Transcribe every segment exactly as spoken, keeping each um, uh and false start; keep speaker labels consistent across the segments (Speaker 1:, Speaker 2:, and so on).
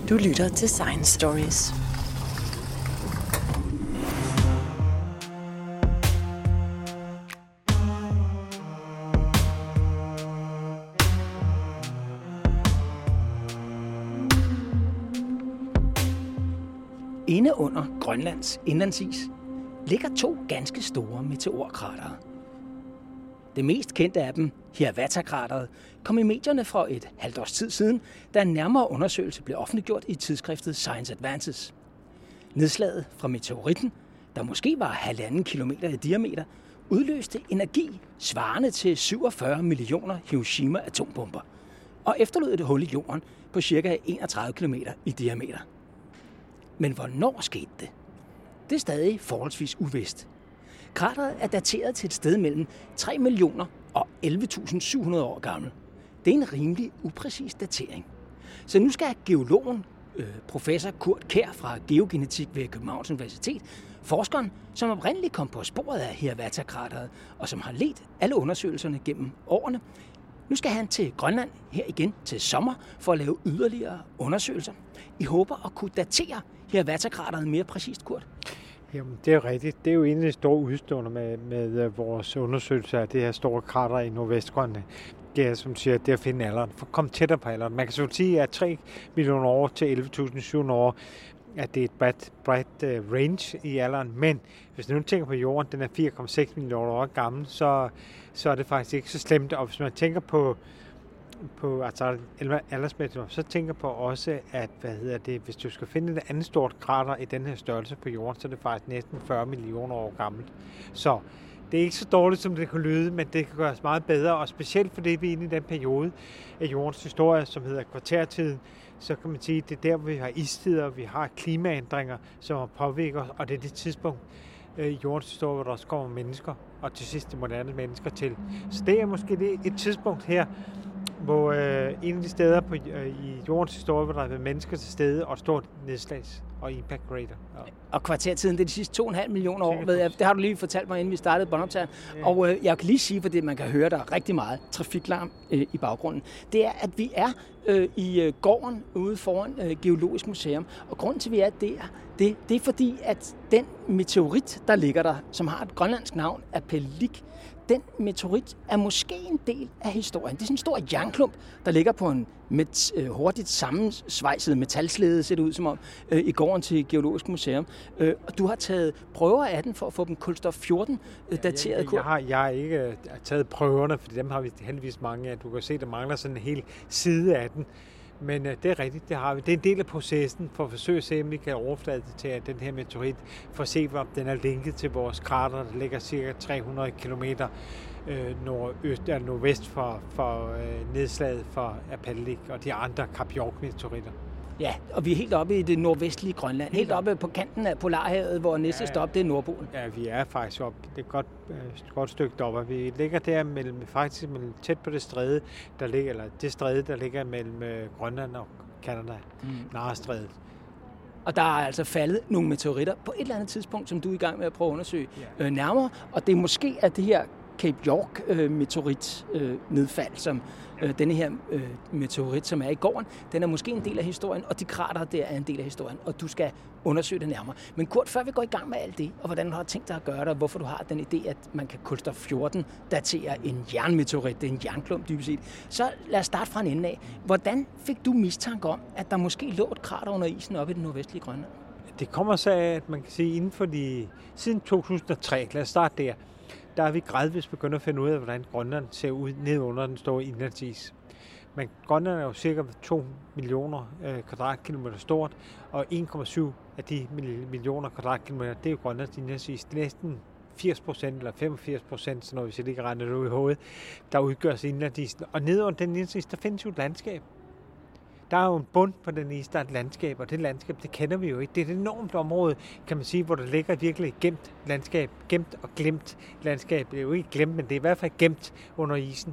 Speaker 1: Du lytter til Science Stories.
Speaker 2: Inde under Grønlands indlandsis ligger to ganske store meteorkratere. Det mest kendte af dem, Hiawatha-krateret, kom i medierne for et halvt års tid siden, da en nærmere undersøgelse blev offentliggjort i tidsskriftet Science Advances. Nedslaget fra meteoritten, der måske var halvanden kilometer i diameter, udløste energi svarende til syvogfyrre millioner Hiroshima-atombomber og efterlod et hul i jorden på ca. enogtredive kilometer i diameter. Men hvornår skete det? Det er stadig forholdsvis uvist. Krateret er dateret til et sted mellem tre millioner og elleve tusind syv hundrede år gammel. Det er en rimelig upræcis datering. Så nu skal geologen, øh, professor Kurt Kjær fra geogenetik ved Københavns Universitet, forskeren, som oprindeligt kom på sporet af Hiawatha-krateret, og som har ledt alle undersøgelserne gennem årene, nu skal han til Grønland her igen til sommer for at lave yderligere undersøgelser. I håber at kunne datere Hiawatha-krateret mere præcist, Kurt.
Speaker 3: Jamen, det er rigtigt. Det er jo en af de store udstående med, med vores undersøgelser af det her store krater i Nordvestgrønland. Det er, som siger, det at finde alderen. For at komme tættere på alderen. Man kan så sige, at tre millioner år til elleve tusind syv hundrede år, at det er et bredt, bredt uh, range i alderen. Men hvis man nu tænker på jorden, den er fire komma seks millioner år gammel, så, så er det faktisk ikke så slemt. Og hvis man tænker på på altså aldersmæssigt, så tænker på også, at hvad hedder det, hvis du skal finde et andet stort krater i den her størrelse på jorden, så er det faktisk næsten fyrre millioner år gammelt. Så det er ikke så dårligt, som det kan lyde, men det kan gøres meget bedre, og specielt fordi vi er inde i den periode af jordens historie, som hedder kvartærtiden, så kan man sige, at det er der, hvor vi har istider, vi har klimaændringer, som har påvirket os, og det er det tidspunkt i jordens historie, hvor der også kommer mennesker, og til sidst de moderne mennesker til. Så det er måske det, et tidspunkt her, hvor øh, en af de steder på, øh, i jordens historie, hvor der har været mennesker til stede, og stort nedslags og impact crater. Ja.
Speaker 2: Og kvartærtiden, det er de sidste to komma fem millioner år, ved jeg. Det har du lige fortalt mig, inden vi startede båndoptageren. Ja. Og øh, jeg kan lige sige, fordi man kan høre, der er rigtig meget trafiklarm øh, i baggrunden. Det er, at vi er øh, i øh, gården ude foran øh, Geologisk Museum. Og grunden til, at vi er der, det, det er fordi, at den meteorit, der ligger der, som har et grønlandsk navn, Apellik, den meteorit er måske en del af historien. Det er sådan en stor jernklump, der ligger på en met, øh, hurtigt sammensvejset metalslede, ser det ud som om, øh, i gården til Geologisk Museum. Øh, og du har taget prøver af den for at få dem kulstof fjorten øh, dateret.
Speaker 3: Jeg, jeg, jeg, har, jeg har ikke taget prøverne, for dem har vi heldigvis mange af. Du kan se, der mangler sådan en hel side af den. Men øh, det er rigtigt, det har vi. Det er en del af processen for at forsøge at se, om vi kan overflade det til at den her meteorit, for at se, om den er linket til vores krater, der ligger cirka tre hundrede kilometer øh, nordøst, eller nordvest for, for øh, nedslaget for Apellik og de andre Kap York-meteoritter.
Speaker 2: Ja, og vi er helt oppe i det nordvestlige Grønland. Helt oppe på kanten af Polarhavet, hvor næste ja, stop, det er Nordpolen.
Speaker 3: Ja, vi er faktisk oppe. Det er et godt, et godt stykke deroppe. Vi ligger der mellem, faktisk mellem, tæt på det stræde, der ligger, eller det stræde, der ligger mellem Grønland og Canada, mm. Narestrædet. Og der er altså faldet nogle meteoritter på et eller andet tidspunkt, som du er i gang med at prøve at undersøge ja. øh, nærmere. Og det er måske, at det her Cape York øh, meteorit øh, nedfald, som øh, denne her øh, meteorit, som er i gården, den er måske en del af historien, og de krater der er en del af historien, og du skal undersøge det nærmere. Men Kurt, før vi går i gang med alt det, og hvordan du har tænkt dig at gøre det, og hvorfor du har den idé, at man kan kulstof fjorten datere en jernmeteorit, det er en jernklump dybest set, så lad os starte fra en ende af. Hvordan fik du mistanke om, at der måske lå et krater under isen oppe i det nordvestlige Grønland? Det kommer så af, at man kan sige, inden for de, siden to tusind og tre, lad os starte der, der er vi gradvist begyndt at finde ud af, hvordan Grønland ser ud ned under den store indlandsis. Men Grønland er jo cirka to millioner øh, kvadratkilometer stort, og en komma syv af de millioner kvadratkilometer, det er jo Grønlands indlandsis. Det er næsten firs procent eller femogfirs procent, så når vi ikke regner det ud i hovedet, der udgøres indlandsisen. Og ned under den indlandsis, der findes jo et landskab. Der er jo en bund på den is, der er et landskab, og det landskab, det kender vi jo ikke. Det er et enormt område, kan man sige, hvor der ligger virkelig et gemt landskab. Gemt og glemt landskab. Det er jo ikke glemt, men det er i hvert fald gemt under isen.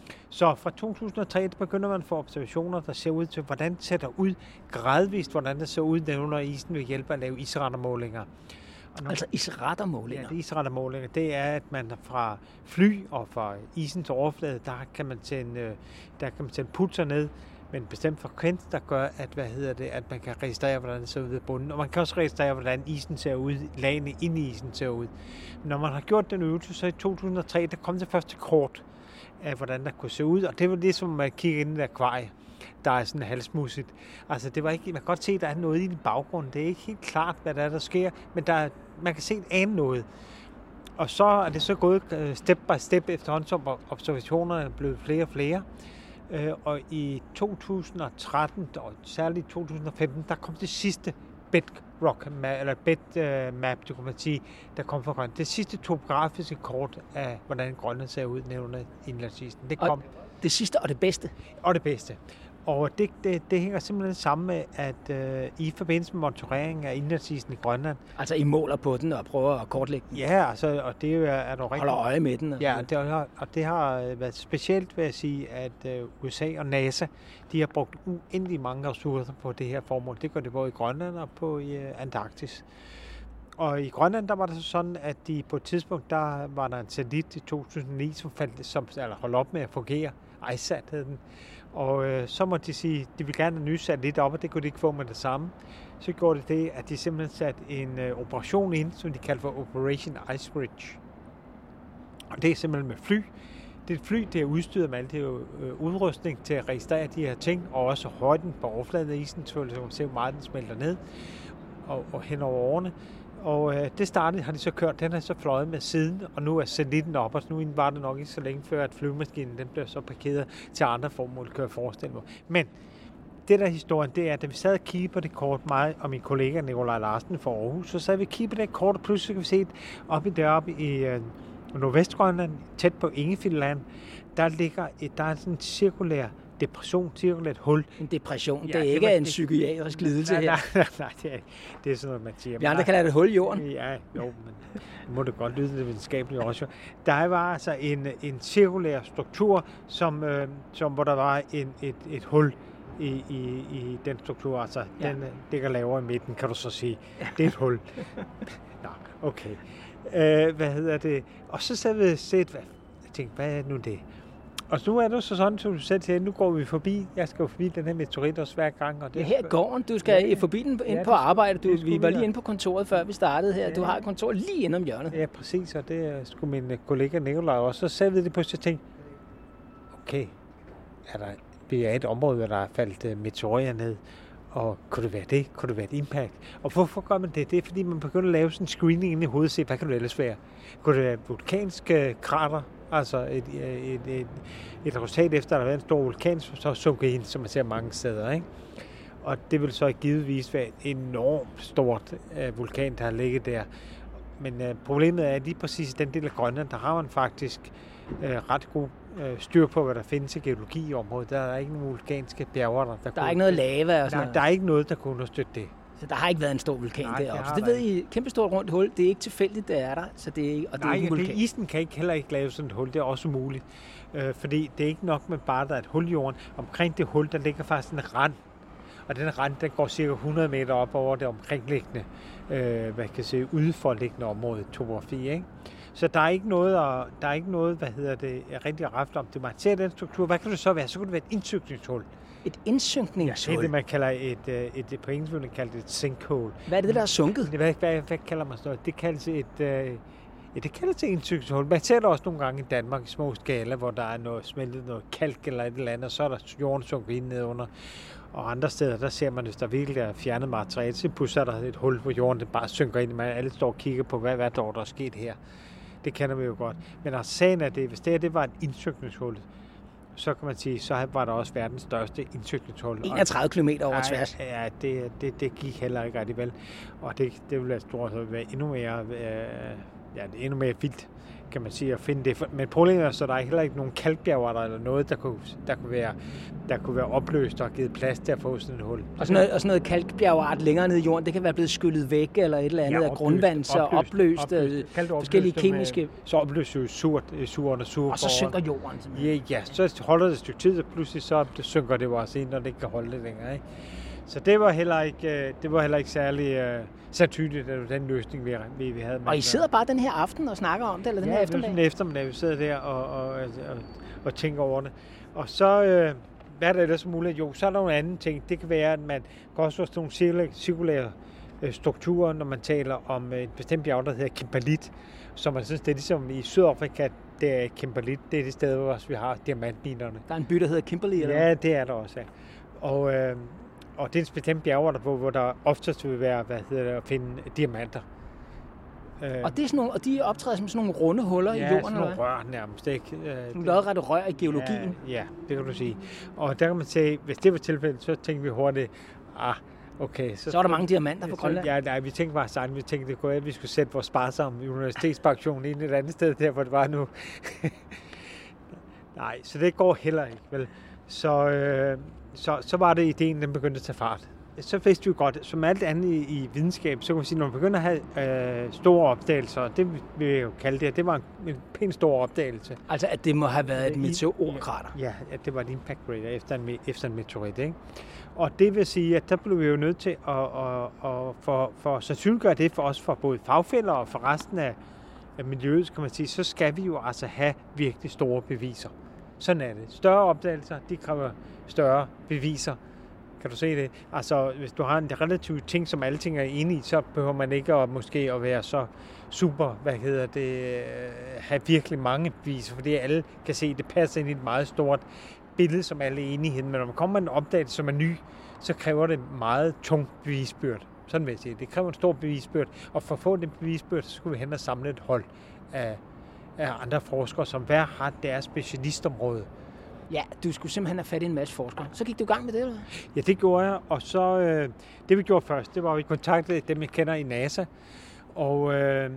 Speaker 3: Så fra to tusind og tre, der begynder man at få observationer, der ser ud til, hvordan det ser ud gradvist, hvordan det ser ud under isen ved hjælp af at lave isrettermålinger.
Speaker 2: Nogle, altså isrettermålinger?
Speaker 3: Ja, det er isrettermålinger. Det er, at man fra fly og fra isens overflade, der kan man sende, der kan man sende pulser ned med en bestemt frekvens, der gør, at, hvad hedder det, at man kan registrere, hvordan det ser ud af bunden. Og man kan også registrere, hvordan isen ser ud, lagene ind i isen ser ud. Men når man har gjort den øvelse, så i to tusind og tre, der kom det første kort af, hvordan der kunne se ud. Og det var det, som man kigger ind i et akvarie, der er sådan halsmusset. Altså, det var ikke, man kan godt se, at der er noget i den baggrund. Det er ikke helt klart, hvad der er, der sker, men der, man kan se ane noget. Og så er det så gået step by step efterhånden, som observationerne er blevet flere og flere. Og i to tusind og tretten, og særligt i to tusind og femten, der kom det sidste bedrock, eller bedmap, det kunne man sige, der kom fra Grønland. Det sidste topografiske kort af, hvordan Grønland ser ud under indlandsisen. Det kom.
Speaker 2: Og det sidste og det bedste?
Speaker 3: Og det bedste. Og det, det, det hænger simpelthen sammen med, at øh, i forbindelse med monitorering af indlandsisen i Grønland...
Speaker 2: Altså I måler på den og prøver at kortlægge den?
Speaker 3: Ja, altså, og det er jo er rigtig...
Speaker 2: Holder øje med den?
Speaker 3: Ja, det har, og det har været specielt, vil jeg sige, at øh, U S A og NASA, de har brugt uendelig mange ressourcer på det her formål. Det gør det både i Grønland og på i, øh, Antarktis. Og i Grønland, der var det så sådan, at de på et tidspunkt, der var der en satellit i to tusind og ni, som, faldt, som eller holdt op med at fungere. ISAT hed den. Og øh, så må de sige, at de ville gerne have en ny satellit op, og det kunne de ikke få med det samme. Så gjorde det det, at de simpelthen satte en øh, operation ind, som de kaldte for Operation Ice Bridge. Og det er simpelthen med fly. Det er et fly, det er udstyret med alt det øh, udrustning til at registrere de her ting, og også højden på overfladen af isen, så man se, hvor meget den smelter ned og, og hen over årene. Og øh, det startede, har de så kørt, den har så fløjet med siden, og nu er satellitten op, og nu var det nok ikke så længe før, at flyvemaskinen den blev så parkeret til andre formål, kan jeg forestille mig. Men det der historien, det er, at da vi sad og kiggede på det kort, mig og min kollega Nikolaj Larsen fra Aarhus, så sad vi og kiggede på det kort, og pludselig kan vi se, at oppe deroppe i øh, Nordvestgrønland, tæt på Ingefildland, der ligger et, der er sådan en cirkulær depression, cirkulært hul.
Speaker 2: En depression,
Speaker 3: ja,
Speaker 2: det er
Speaker 3: det
Speaker 2: ikke
Speaker 3: var,
Speaker 2: en
Speaker 3: det,
Speaker 2: psykiatrisk lidelse
Speaker 3: nej,
Speaker 2: her.
Speaker 3: Nej, nej, nej, det er, det er sådan noget, man siger.
Speaker 2: Vi andre kalder det hul i jorden.
Speaker 3: Ja, jo, men må det godt lyde det videnskabeligt også. Der var altså en, en cirkulær struktur, som, øh, som, hvor der var en, et, et hul i, i, i den struktur. Altså, ja. Den ligger lavere i midten, kan du så sige. Det er et hul. Nå, okay. Øh, hvad hedder det? Og så sad vi set, hvad, jeg tænkte, hvad er nu det? Og nu er det så sådan, som du selv siger, nu går vi forbi, jeg skal jo forbi den her meteorit også hver gang. Og det
Speaker 2: ja, her i gården, du skal ja, forbi den ind ja, på arbejde. Du, vi var lige inde på kontoret, før vi startede her. Ja. Du har et kontor lige inde om hjørnet.
Speaker 3: Ja, præcis, og det skulle min kollega Nikolaj også. Så sagde vi det på, så tænkte okay, er der, vi er et område, hvor der er faldt meteorier ned, og kunne det være det? Kunne det være et impact? Og hvorfor gør man det? Det er, fordi man begynder at lave sådan en screening ind i hovedet, se, hvad kan det ellers være? Kunne det være vulkanske krater? Altså et, et, et, et resultat efter, at der har været en stor vulkan, så sunket ind, som man ser mange steder, ikke? Og det vil så givetvis være et enormt stort uh, vulkan, der har ligget der. Men uh, problemet er, at lige præcis i den del af Grønland, der har man faktisk uh, ret god uh, styr på, hvad der findes i geologi i området. Der er ikke nogen vulkanske bjerger. Der, der,
Speaker 2: der
Speaker 3: kunne,
Speaker 2: er ikke noget lava og sådan
Speaker 3: der,
Speaker 2: noget.
Speaker 3: Der er ikke noget, der kunne understøtte det.
Speaker 2: Så der har ikke været en stor vulkan
Speaker 3: Nej,
Speaker 2: deroppe.
Speaker 3: Det
Speaker 2: så det ved I, kæmpestort rundt hul. Det er ikke tilfældigt, det er der. Så det er ikke, og det
Speaker 3: Nej,
Speaker 2: er ikke en vulkan.
Speaker 3: Det, isen kan ikke, heller ikke lave sådan et hul. Det er også umuligt. Øh, fordi det er ikke nok med bare, der er et hul i jorden. Omkring det hul, der ligger faktisk en rand. Og den rand, den går cirka hundrede meter op over det omkringliggende, øh, hvad kan jeg sige, udforliggende område, topografi, ikke? Så der er ikke noget, at, der er ikke noget, hvad hedder det, rigtig raft om det. Man ser den struktur. Hvad kan det så være? Så kunne det være et indsøgningshul.
Speaker 2: Et indsynkningshul?
Speaker 3: Ja, det er det, man kalder et, et, et på engelsk vil kalde det et sinkhole.
Speaker 2: Hvad er det, der er sunket?
Speaker 3: Hvad, hvad, hvad kalder man sådan noget? Det kaldes et, øh, ja, det kaldes et indsøgningshul. Man ser det også nogle gange i Danmark i små skala, hvor der er noget smeltet noget kalk eller et eller andet, og så er der jorden sunket ind nedunder. Og andre steder, der ser man, hvis der virkelig er fjernet materiale, så pludselig er der et hul, hvor jorden det bare synker ind. Man alle står og kigger på, hvad, hvad der er sket her. Det kender vi jo godt. Men altså, sagen er det, hvis det, her, det var et indsøgningshul, så kan man sige, så var der også verdens største indsøgningshul.
Speaker 2: enogtredive kilometer over tværs.
Speaker 3: Ja, ja det, det, det gik heller ikke rigtig vel. Og det, det ville være stort, være endnu mere, øh, ja, det er endnu mere vildt, kan man sige, at finde det. Men problemet er, så der er heller ikke nogen kalkbjerger eller noget, der kunne, der kunne, være, der kunne være opløst og givet plads til at få sådan et hul. Og sådan noget,
Speaker 2: og sådan noget kalkbjergart længere ned i jorden, det kan være blevet skyllet væk eller et eller andet ja, af grundvand, så opløst, opløst, opløst, opløst forskellige kemiske...
Speaker 3: Med, så opløser jo surt, surt og surt.
Speaker 2: Og så synker jorden.
Speaker 3: Ja, ja, så holder det et stykke tid, og pludselig så synker det jo også ind, når det ikke kan holde det længere, ikke? Så det var heller ikke, det var heller ikke særlig uh, sandsynligt, at den løsning, vi, vi, vi havde.
Speaker 2: Og I sidder bare den her aften og snakker om det, eller den
Speaker 3: ja,
Speaker 2: her eftermiddag?
Speaker 3: Ja, det er sådan en eftermiddag, vi sidder der og, og, og, og tænker over det. Og så, øh, hvad er der ellers muligt? Jo, så er der nogle andre ting. Det kan være, at man kan også få sådan nogle cirkulære strukturer, når man taler om et bestemt bjerg, der hedder Kimberlit, som man synes, det er ligesom i Sydafrika, det er Kimberlit, det er det sted, hvor vi har diamantminerne.
Speaker 2: Der er en by, der hedder Kimberley, eller?
Speaker 3: Ja, det er der også, ja. Og, øh, og det er et bestemt bjerg, der, hvor, hvor der oftest vil være, hvad hedder det, at finde diamanter.
Speaker 2: Og, det er sådan nogle, og de optræder som sådan nogle runde huller
Speaker 3: ja,
Speaker 2: i jorden,
Speaker 3: sådan nogle rør nærmest, ikke?
Speaker 2: Nogle lodrette rør i geologien.
Speaker 3: Ja, ja, det kan du sige. Og der kan man sige, hvis det var tilfældet, så tænkte vi hurtigt, ah, okay. Så,
Speaker 2: så er der mange diamanter på Grønland.
Speaker 3: Ja, nej, vi tænkte bare sådan, vi tænkte, det kunne være, at vi skulle sætte vores sparsomme universitetspension ind et andet sted, der hvor det var nu. Nej, så det går heller ikke, vel? Så, øh, så, så var det ideen, den begyndte at tage fart. Så vidste vi jo godt, som alt andet i, i videnskab, så kan man sige, når man begynder at have øh, store opdagelser, det vil jeg jo kalde det, det var en, en pæn stor opdagelse.
Speaker 2: Altså, at det må have været et meteorkrater?
Speaker 3: Ja, at det var et impact crater efter en, efter en meteorit, ikke? Og det vil sige, at der blev vi jo nødt til at, at, at for, for sandsynliggøre det for os, for både fagfæller og for resten af, af miljøet, kan man sige, så skal vi jo altså have virkelig store beviser. Sådan er det. Større opdagelser, de kræver større beviser. Kan du se det? Altså, hvis du har en relativ ting, som alle ting er enige i, så behøver man ikke at, måske at være så super, hvad hedder det, have virkelig mange beviser, fordi alle kan se, at det passer ind i et meget stort billede, som alle er enige i. Men når man kommer med en opdagelse, som er ny, så kræver det meget tung bevisbyrd. Sådan vil jeg sige. Det kræver en stor bevisbyrd, og for at få den bevisbyrd, så skulle vi hen og samle et hold af, af andre forskere, som hver har deres specialistområde.
Speaker 2: Ja, du skulle simpelthen have fat i en masse forskere. Så gik du i gang med det, eller?
Speaker 3: Ja, det gjorde jeg, og så øh, det vi gjorde først, det var, at vi kontaktede dem, jeg kender i NASA, og, øh,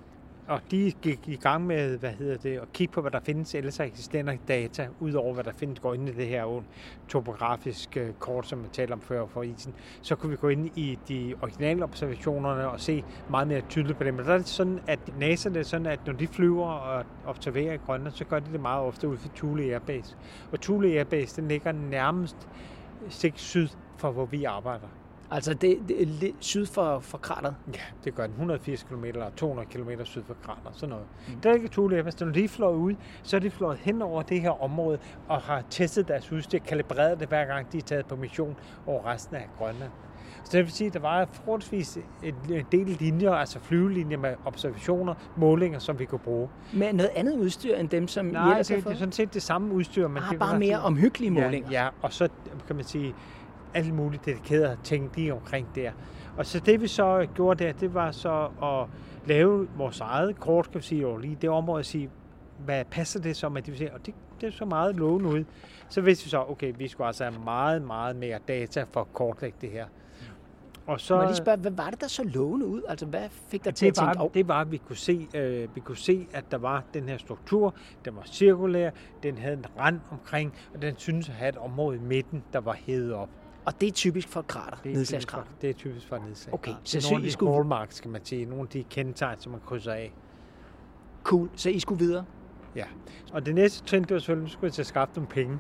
Speaker 3: og de gik i gang med, hvad hedder det, at kigge på, hvad der findes ellers af eksisterende data, udover hvad der findes, går ind i det her topografiske kort, som jeg talte om før for isen. Så kunne vi gå ind i de originale observationerne og se meget mere tydeligt på dem. Men der er det sådan, at NASA det er sådan, at når de flyver og observerer i Grønland, så gør de det meget ofte ud for Thule Air Base. Og Thule Air Base, den ligger nærmest stik syd for, hvor vi arbejder.
Speaker 2: Altså det, det er lidt syd for, for krateret?
Speaker 3: Ja, det gør den. hundrede og firs kilometer eller to hundrede kilometer syd for krateret, sådan noget. Mm. Der er ikke Thule Air Base. Når de fløj ud, så er de fløjet hen over det her område og har testet deres udstyr, kalibreret det hver gang, de er taget på mission over resten af Grønland. Så det vil sige, at der var forholdsvis en del linjer, altså flyvelinjer med observationer, målinger, som vi kunne bruge.
Speaker 2: Men noget andet udstyr end dem, som
Speaker 3: Nej, I ellers har fået? Nej, det er sådan set det samme udstyr. Men
Speaker 2: ah,
Speaker 3: det
Speaker 2: bare mere omhyggelige målinger.
Speaker 3: Ja, ja, og så kan man sige, alle mulige dedikerede ting lige omkring der. Og så det vi så gjorde der, det var så at lave vores eget kort, kan vi sige, over lige det område, og sige, hvad passer det så med, det vil sige, og det, det er så meget lovende ud. Så vidste vi så, okay, vi skulle altså have meget, meget mere data for at kortlægge det her. Og så,
Speaker 2: må jeg lige spørge, hvad var det, der så lovende ud? Altså, hvad fik der til at tænke?
Speaker 3: Var, det var, at vi kunne, se, øh, vi kunne se, at der var den her struktur, den var cirkulær, den havde en rand omkring, og den synes at have et område i midten, der var hævet op.
Speaker 2: Og det er typisk for krater, nedslagskrater?
Speaker 3: Det er typisk for nedslagskrater.
Speaker 2: Okay,
Speaker 3: så det er nogle af de skulle... hallmarks, skal man sige, nogle af de kendetegn, som man krydser af.
Speaker 2: Cool, så I skulle videre?
Speaker 3: Ja, og det næste trin, det var selvfølgelig, nu skulle jeg til at skaffe nogle penge.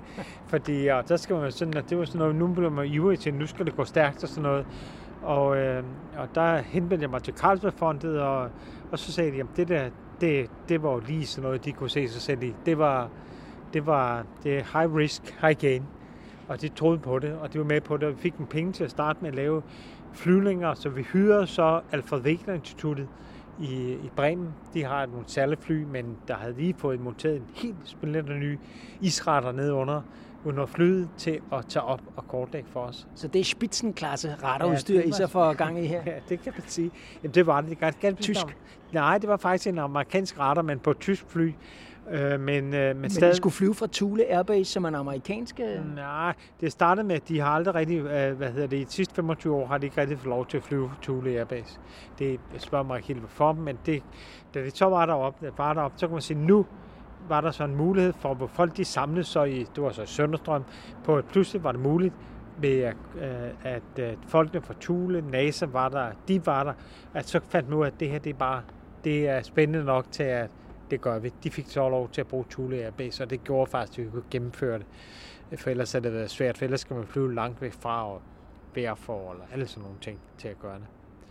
Speaker 3: Fordi ja, der skal man sådan, at det var sådan noget, nu bliver man ivrig til, nu skal det gå stærkt og sådan noget. Og, øh, og der henvendte jeg mig til Carlsbergfondet, og, og så sagde de, jamen det der, det, det var jo lige sådan noget, de kunne se sig selv i. Det var, det var det high risk, high gain. Og de troede på det, og de var med på det, og vi fik nogle penge til at starte med at lave flyvninger, så vi hyrede så Alfred Wegener Instituttet i, i Bremen. De har nogle særlige fly, men der havde lige fået monteret en helt spændende ny isradar nede under, under flyet til at tage op og kortlægge for os.
Speaker 2: Så det er spidsenklasse radarudstyr, ja, I så får gang i her?
Speaker 3: Ja, det kan man sige. Jamen det var det. det ganske
Speaker 2: tysk?
Speaker 3: Nej, det var faktisk en amerikansk radar, men på et tysk fly. Øh, men, øh, men,
Speaker 2: men
Speaker 3: stadig...
Speaker 2: de skulle flyve fra Thule Air Base, som en amerikansk?
Speaker 3: Nej, det startede med, at de har aldrig rigtig, øh, hvad hedder det, i de sidste femogtyve år har de ikke rigtig fået lov til at flyve fra Thule Air Base. Det jeg spørger mig ikke helt for dem, men det, da det så var deroppe, var deroppe, så kan man sige, nu var der så en mulighed for, hvor folk de samlede så i, det var så i Sønderstrøm, på at pludselig var det muligt, med at, at, at folkene fra Thule, NASA var der, de var der, at så fandt man ud af, at det her, det er bare, det er spændende nok til, at det gør vi. De fik så lov til at bruge Thule Air Base, og det gjorde faktisk, at vi kunne gennemføre det. For ellers havde det været svært, for ellers skal man flyve langt væk fra og vejrforhold og alle sådan nogle ting til at gøre det.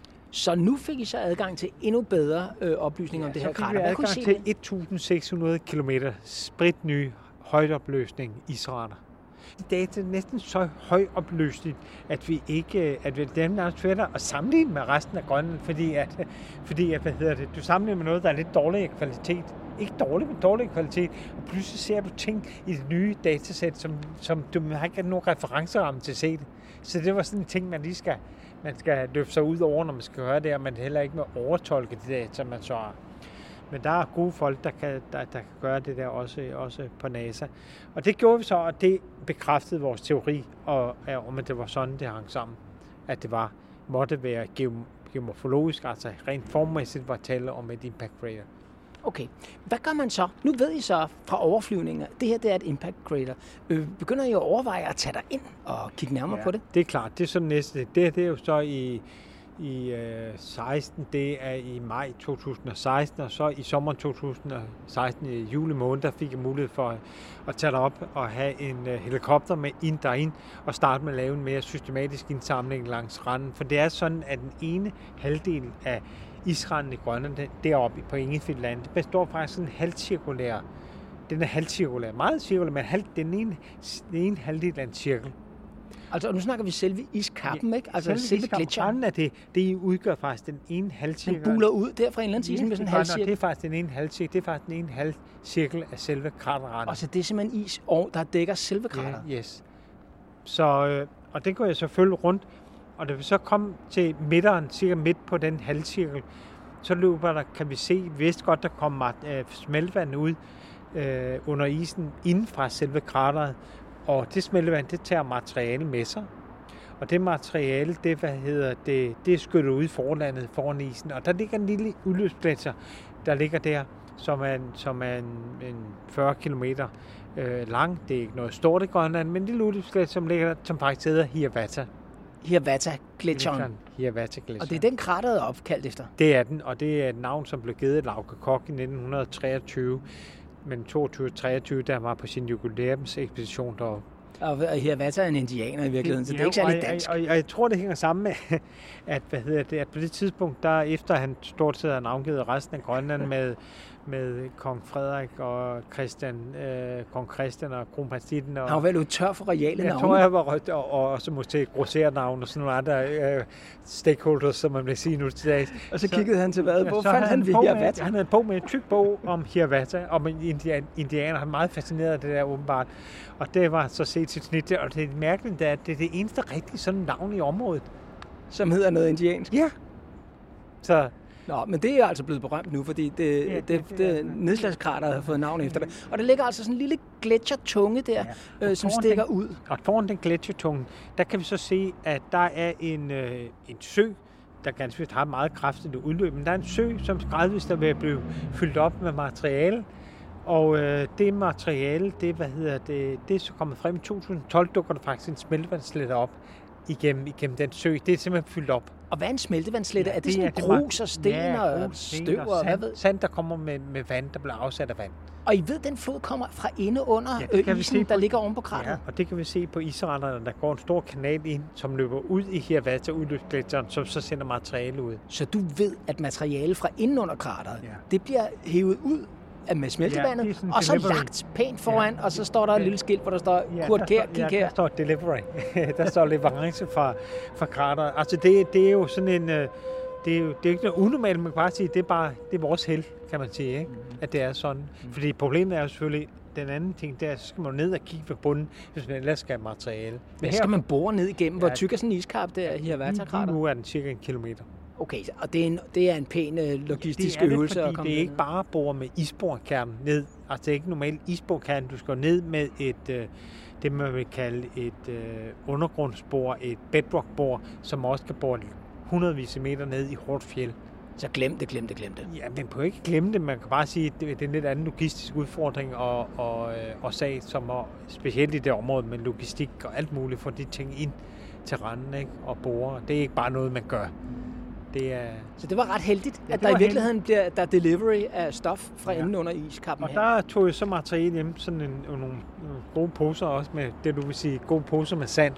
Speaker 2: Så nu fik I så adgang til endnu bedre øh, oplysninger ja, om det her krater.
Speaker 3: Hvad kunne I se til tusind seks hundrede kilometer spritny højdeopløsning isradar. Data er næsten så højopløseligt, at vi ikke, at vi det er nærmest svært at sammenligne med resten af Grønland, fordi at, fordi at, hvad hedder det, du sammenligner med noget, der er lidt dårligere kvalitet. Ikke dårlig, men dårlig kvalitet. Og pludselig ser du ting i det nye datasæt, som, som du har ikke nogen referenceramme til at se det. Så det var sådan en ting, man lige skal, man skal løfte sig ud over, når man skal gøre det, og man heller ikke må overtolke det data, man så har. Men der er gode folk, der kan, der, der kan gøre det der også, også på NASA. Og det gjorde vi så, og det bekræftede vores teori og, om, at det var sådan, det hang sammen. At det var, måtte være geomorfologisk, altså rent formmæssigt var tale om et impact crater.
Speaker 2: Okay. Hvad gør man så? Nu ved I så fra overflyvninger, det her det er et impact crater. Øh, begynder I at overveje at tage dig ind og kigge nærmere
Speaker 3: ja,
Speaker 2: på det?
Speaker 3: Det er klart. Det er så næste. Det, det er jo så i, i øh, seksten, det er i maj to tusind og seksten, og så i sommeren to tusind og seksten, i juli måned, der fik jeg mulighed for at tage op og have en øh, helikopter med ind derind og starte med at lave en mere systematisk indsamling langs randen. For det er sådan, at den ene halvdel af Isranden i Grønland, deroppe på Ingefjordland, det består faktisk af en halvcirkulær, den er halvcirkulær, meget cirkulær, men halv, den ene, den ene halvdel af en cirkel.
Speaker 2: Altså, nu snakker vi selve iskappen, ja, ikke? Altså
Speaker 3: selve,
Speaker 2: selve gletsjeren.
Speaker 3: er det, det udgør faktisk den ene halvcirkel.
Speaker 2: Den buler ud der fra en eller anden side med sådan en halvcirkel.
Speaker 3: Det er faktisk den ene halvcirkel, det er faktisk den ene halvcirkel af selve kraterranden.
Speaker 2: Og så det er simpelthen is, og der dækker selve krateret.
Speaker 3: Ja, yes. Så, øh, og det går jeg selvfølgelig rundt. Og da vi så kom til midteren, cirka midt på den halvcirkel, så løber der, kan vi se, vi vidste godt, der kom øh, smeltevand ud øh, under isen inden fra selve krateret. Og det smeltevand, det tager materiale med sig. Og det materiale, det, hvad hedder det, det er skyllet ud i forlandet foran isen. Og der ligger en lille udløbsgletsjer, der ligger der, som er, som er en, en fyrre kilometer øh, lang. Det er ikke noget stort i Grønland, men en lille udløbsgletsjer, som ligger der, som faktisk hedder Hiawatha.
Speaker 2: Hiawatha-gletsjeren.
Speaker 3: Hiawatha-gletsjeren.
Speaker 2: Og det er den krateret er opkaldt efter?
Speaker 3: Det er den, og det er et navn, som blev givet af Lauke Koch i nitten treogtyve, men toogtyve og treogtyve, der var på sin jubilæumsekspedition deroppe.
Speaker 2: Og Hiawatha er en indianer i virkeligheden, så det er ikke særlig dansk.
Speaker 3: Og, og, og jeg tror, det hænger sammen med, at, hvad hedder det, at på det tidspunkt, der efter han stort set har navngivet resten af Grønland med, med kong Frederik og Christian, øh, kong Christian og kronprins Ditten. Og,
Speaker 2: han var vel tør for reale navne.
Speaker 3: Jeg tror, jeg var rødt, og, og også måske grosser navn og sådan nogle andre øh, stakeholders, som man vil sige nu til dags.
Speaker 2: Og så kiggede så, han til hvad? Hvor fandt han ved Hiawatha?
Speaker 3: Han havde en bog med en tyk bog om Hiawatha, om indian, indianer. Han er meget fascineret af det der åbenbart. Og det var så set sit snit der, og det er mærkeligt, at det er det eneste rigtige sådan navn i området.
Speaker 2: Som hedder noget indiansk?
Speaker 3: Ja. Så...
Speaker 2: Nå, men det er altså blevet berømt nu, fordi det, ja, det, det, det, det nedslagskrateret har fået navn efter det. Og der ligger altså sådan en lille gletsjertunge der, ja. øh, som stikker
Speaker 3: den,
Speaker 2: ud.
Speaker 3: Og foran den gletsjertunge, der kan vi så se, at der er en, øh, en sø, der ganske vist har meget kraftigt udløb, men der er en sø, som gradvist er ved at blive fyldt op med materiale. Og øh, det materiale, det, hvad hedder det, det er så kommet frem i to tusind og tolv, dukker der faktisk en smeltevandslette op igennem, igennem den sø. Det er simpelthen fyldt op.
Speaker 2: Og hvad er en smeltevandslette? Ja, er det, det sådan er, grus og sten ja, og støv og hvad ved?
Speaker 3: Sand, der kommer med, med vand, der bliver afsat af vand.
Speaker 2: Og I ved, at den flod kommer fra inde under ja, øh, isen, der på, ligger oven på krateret?
Speaker 3: Ja, og det kan vi se på isranderne, der går en stor kanal ind, som løber ud i Hiawatha-udløbsgletsjeren, som så sender materiale ud.
Speaker 2: Så du ved, at materiale fra inden under krateret, ja. det bliver hævet ud med smeltevandet, ja, og så delivery. Lagt pænt foran, ja. Og så står der et lille skilt, hvor der står ja, Kurt Kjær, kig her.
Speaker 3: Ja, der står delivery. Der står leverance fra, fra krateret. Altså det, det er jo sådan en, det er jo det er ikke noget unormalt, man kan bare sige, det er bare det er vores held, kan man sige, ikke? Mm-hmm. At det er sådan. Mm-hmm. Fordi problemet er jo selvfølgelig, den anden ting, der så skal man ned og kigge ved bunden, hvis man ellers skal have materiale. Men
Speaker 2: ja, her skal man bore ned igennem, ja, hvor tyk er sådan en iskap der, Hiawatha-krater?
Speaker 3: Nu er den cirka en kilometer.
Speaker 2: Okay, og det er en, det er en pæn logistisk øvelse.
Speaker 3: Det er det,
Speaker 2: fordi
Speaker 3: det er ikke bare at bore med isborkernen ned. Altså det er ikke normalt isborkern. Du skal ned med et, øh, det man vil kalde et øh, undergrundsbor, et bedrockbor, som også kan bore hundredvis af meter ned i hårdt fjeld.
Speaker 2: Så glem det, glem det, glem det.
Speaker 3: Ja, man kan ikke glemme det. Man kan bare sige, at det er en lidt anden logistisk udfordring og, og, og sag, som er specielt i det område med logistik og alt muligt, for de ting ind til randen, ikke? Og bore. Det er ikke bare noget, man gør. Det er...
Speaker 2: Så det var ret heldigt, ja, at der i virkeligheden heldigt. bliver der delivery af stof fra ja. Enden under iskappen
Speaker 3: og
Speaker 2: her.
Speaker 3: Og der tog jeg så materiale hjem, sådan en, nogle, nogle gode poser også med det, du vil sige, gode poser med sand.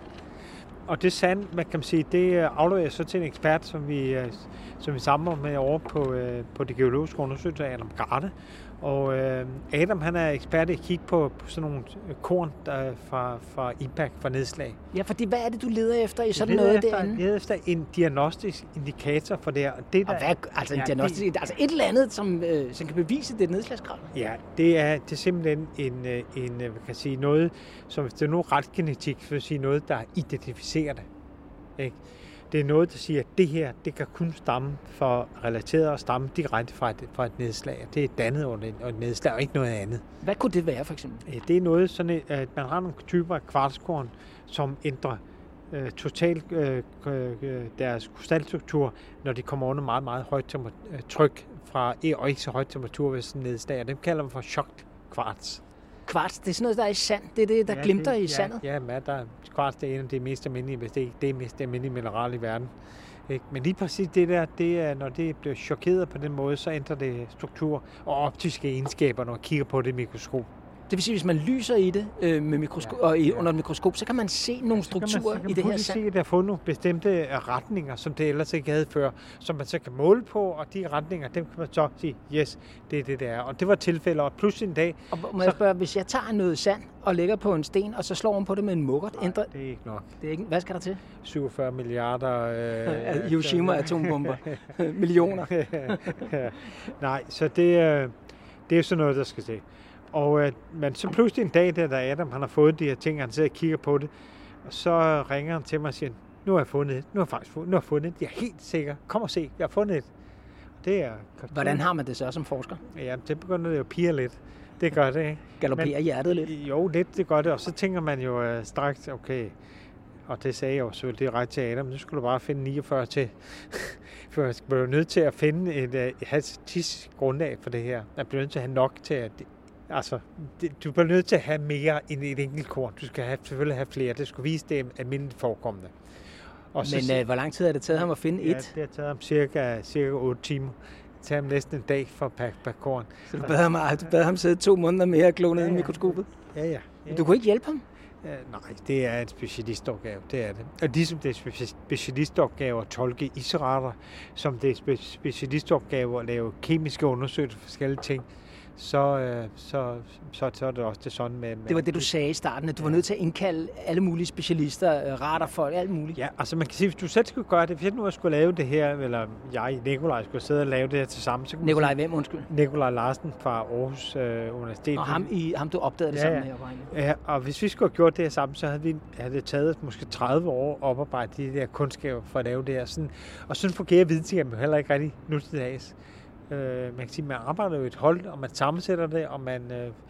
Speaker 3: Og det sand, man kan sige, det afleverer jeg så til en ekspert, som vi, som vi samler med over på, på det geologiske undersøgelse af Adam Garde. Og øh, Adam, han er ekspert i at kigge på, på sådan nogle korn der fra, fra impact, fra nedslag.
Speaker 2: Ja, fordi hvad er det, du leder efter i sådan
Speaker 3: jeg
Speaker 2: noget
Speaker 3: efter,
Speaker 2: derinde?
Speaker 3: Jeg leder efter en diagnostisk indikator for det her. Og, det, der,
Speaker 2: og hvad, altså, en
Speaker 3: ja,
Speaker 2: diagnostisk, det, altså et eller andet, som, øh, som kan bevise, det er et nedslagskrav?
Speaker 3: Ja, det er, det er simpelthen en, en, hvad kan jeg sige, noget, som hvis det er noget retgenetik, så vil sige noget, der identificerer det. Ikke? Det er noget, der siger, at det her, det kan kun stamme for relateret og stamme direkte fra et, fra et nedslag. Det er dannet under et nedslag, og ikke noget andet.
Speaker 2: Hvad kunne det være, for eksempel?
Speaker 3: Det er noget sådan, at man har nogle typer af kvartskorn, som ændrer øh, totalt øh, øh, deres krystalstruktur, når de kommer under meget, meget højt tryk fra, og ikke så højt temperatur ved sådan et nedslag. Dem kalder man for chokt kvarts.
Speaker 2: Kvarts, det er sådan noget, der er i sand. Det er det, der ja, glimter det, i
Speaker 3: ja,
Speaker 2: sandet.
Speaker 3: Ja, men der, kvarts det er en af de mest almindelige, hvis det ikke det er mest almindelige mineral i verden. Ikke? Men lige præcis det der, det er, når det bliver chokeret på den måde, så ændrer det struktur og optiske egenskaber, når man kigger på det i mikroskop.
Speaker 2: Det vil sige, hvis man lyser i det øh, med mikroskop, ja, og i, ja. under et mikroskop, så kan man se nogle ja, strukturer man, i det her sand.
Speaker 3: Se, at der er fundet nogle bestemte retninger, som det ellers ikke havde før, som man så kan måle på, og de retninger, dem kan man så sige, yes, det er det, der er. Og det var tilfælde, og pludselig en dag...
Speaker 2: Og må jeg spørge, hvis jeg tager noget sand og lægger på en sten, og så slår man på det med en mukkert,
Speaker 3: nej,
Speaker 2: ændrer...
Speaker 3: det er ikke nok.
Speaker 2: Det er ikke... Hvad skal der til?
Speaker 3: syvogfyrre milliarder...
Speaker 2: Øh, Hiroshima-atombomber. Millioner.
Speaker 3: ja. Nej, så det, øh, det er sådan noget, der skal til. Og øh, men så pludselig en dag, der, der Adam, han har fået de her ting, han sidder og kigger på det, og så ringer han til mig og siger, nu har jeg fundet et, nu har jeg faktisk fundet, nu har jeg fundet et, jeg er helt sikker, kom og se, jeg har fundet et. Og det er...
Speaker 2: Hvordan har man det så som forsker?
Speaker 3: Ja, det begynder det jo at pirre lidt. Det gør det, ikke?
Speaker 2: Galopperer hjertet lidt?
Speaker 3: Jo, lidt, det gør det, og så tænker man jo øh, straks, okay, og det sagde jeg jo selvfølgelig, det er ret til Adam, nu skulle du bare finde niogfyrre til, for jeg bliver nødt til at finde et, et, et tidsgrundlag for det her. Jeg bliver nødt til at have nok til at... Altså, det, du bliver nødt til at have mere end et enkelt korn. Du skal have, selvfølgelig have flere. Det skulle vise, det er almindeligt forekommende. Og
Speaker 2: Men så, øh, hvor lang tid har det taget ham at finde
Speaker 3: ja,
Speaker 2: et?
Speaker 3: Det har taget ham cirka, cirka otte timer. Det tager ham næsten en dag for at pakke per korn.
Speaker 2: Så du bad ham, du bad ham sidde to måneder mere og klone ja, ja. i mikroskopet?
Speaker 3: Ja, ja. ja.
Speaker 2: Du kunne ikke hjælpe ham?
Speaker 3: Ja, nej, det er en specialistopgave, det er det. Og ligesom det er specialistopgave at tolke isolater, som det er specialistopgave at lave kemiske undersøgelser for forskellige ting, Så, øh, så, så, så er det også det sådan med... med
Speaker 2: det var det, du sagde i starten, at du ja. var nødt til at indkalde alle mulige specialister, radarfolk, alt muligt.
Speaker 3: Ja, altså man kan sige, hvis du selv skulle gøre det, hvis jeg nu skulle lave det her, eller jeg, Nikolaj, skulle sidde og lave det her til sammen, så kunne
Speaker 2: Nikolaj hvem, undskyld?
Speaker 3: Nikolaj Larsen fra Aarhus øh, Universitet.
Speaker 2: Og ham, i, ham du opdagede det
Speaker 3: ja,
Speaker 2: sammen
Speaker 3: med her. Ja, og hvis vi skulle have gjort det her sammen, så havde, vi, havde det taget måske tredive år at oparbejde de der kundskaber for at lave det her. Sådan, og sådan fungerer videnskaben jo heller ikke rigtig nu til dags. Øh, man kan sige, man arbejder jo i et hold, og man sammensætter det, og man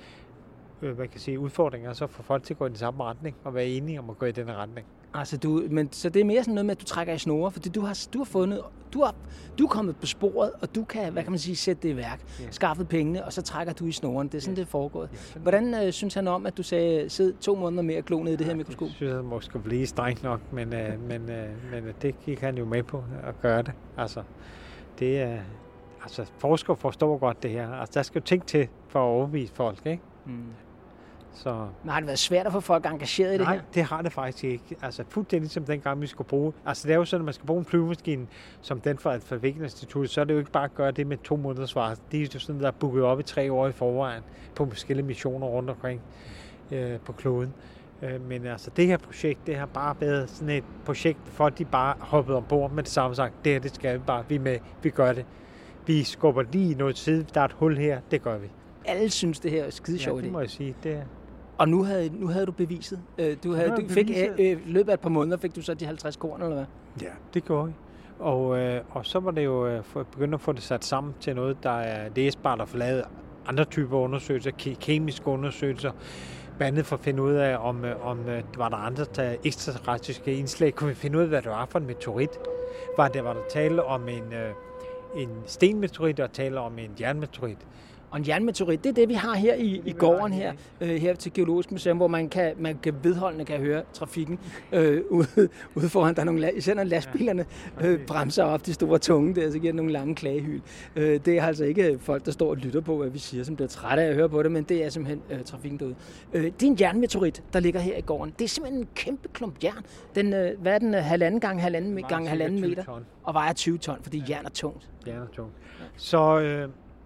Speaker 3: øh, man kan sige, udfordringer, så får folk til at gå i den samme retning, og være enige om at gå i den retning.
Speaker 2: Altså du, men så det er mere sådan noget med, at du trækker i snore, fordi du har, du har fundet, du har, du er kommet på sporet, og du kan, hvad kan man sige, sætte det i værk, yeah. skaffet pengene, og så trækker du i snoren. Det er sådan, yeah. det er foregået. Yeah. Hvordan øh, synes han om, at du sagde, sid to måneder mere klonet i det her mikroskop?
Speaker 3: Jeg synes, han måske blive strengt nok, men, øh, men, øh, men det gik han jo med på at gøre det. Altså, det er... Altså, forskere forstår godt det her. Altså, der skal jo ting til for at overbevise folk, ikke? Mm. Så...
Speaker 2: Men har det været svært at få folk engageret i det
Speaker 3: Nej,
Speaker 2: her?
Speaker 3: Nej, det har det faktisk ikke. Altså, fuldstændig som dengang, vi skulle bruge... Altså, det er jo sådan, at man skal bruge en flyvemaskine, som den fra et Falk-institut, så er det jo ikke bare at gøre det med to måneders varsel. Det er jo sådan, der er booket op i tre år i forvejen på forskellige missioner rundt omkring øh, på kloden. Øh, men altså, det her projekt, det har bare været sådan et projekt, for at de bare hoppede ombord med det samme sagt, det her, det skal vi bare, vi med, vi gør det. Vi skubber lige noget tid, der er et hul her, det gør vi.
Speaker 2: Alle synes, det her er skide sjovt.
Speaker 3: Ja, det må jeg sige. Det er...
Speaker 2: Og nu havde, nu havde du beviset. Du, havde, du fik, i løbet af et par måneder fik du så de halvtreds korn, eller hvad?
Speaker 3: Ja, det gjorde vi. Og, øh, og så var det jo øh, begyndt at få det sat sammen til noget, der er læsbart og få lavet andre typer undersøgelser, ke- kemiske undersøgelser, blandt andet for at finde ud af, om, om var der andre der ekstraterrestriske indslag. Kunne vi finde ud af, hvad det var for en meteorit? Var der, var der tale om en... Øh, en stenmeteorit og taler om en jernmeteorit.
Speaker 2: Og en jernmeteorit, det er det, vi har her i, i gården her, øh, her til Geologisk Museum, hvor man kan, man kan vedholdende kan høre trafikken øh, ude, ude foran. Der er nogle, især når lastbilerne øh, bremser op de store tunge der, så giver det nogle lange klagehyl. Øh, det er altså ikke folk, der står og lytter på, hvad vi siger, som bliver trætte af at høre på det, men det er simpelthen øh, trafikken derude. Øh, det er en jernmeteorit, der ligger her i gården. Det er simpelthen en kæmpe klump jern. Den, øh, hvad er den? Halvanden gang halvanden gang halvanden meter.
Speaker 3: Ton.
Speaker 2: Og vejer tyve ton, fordi jern er tungt.
Speaker 3: Jern er tungt. Så... Øh,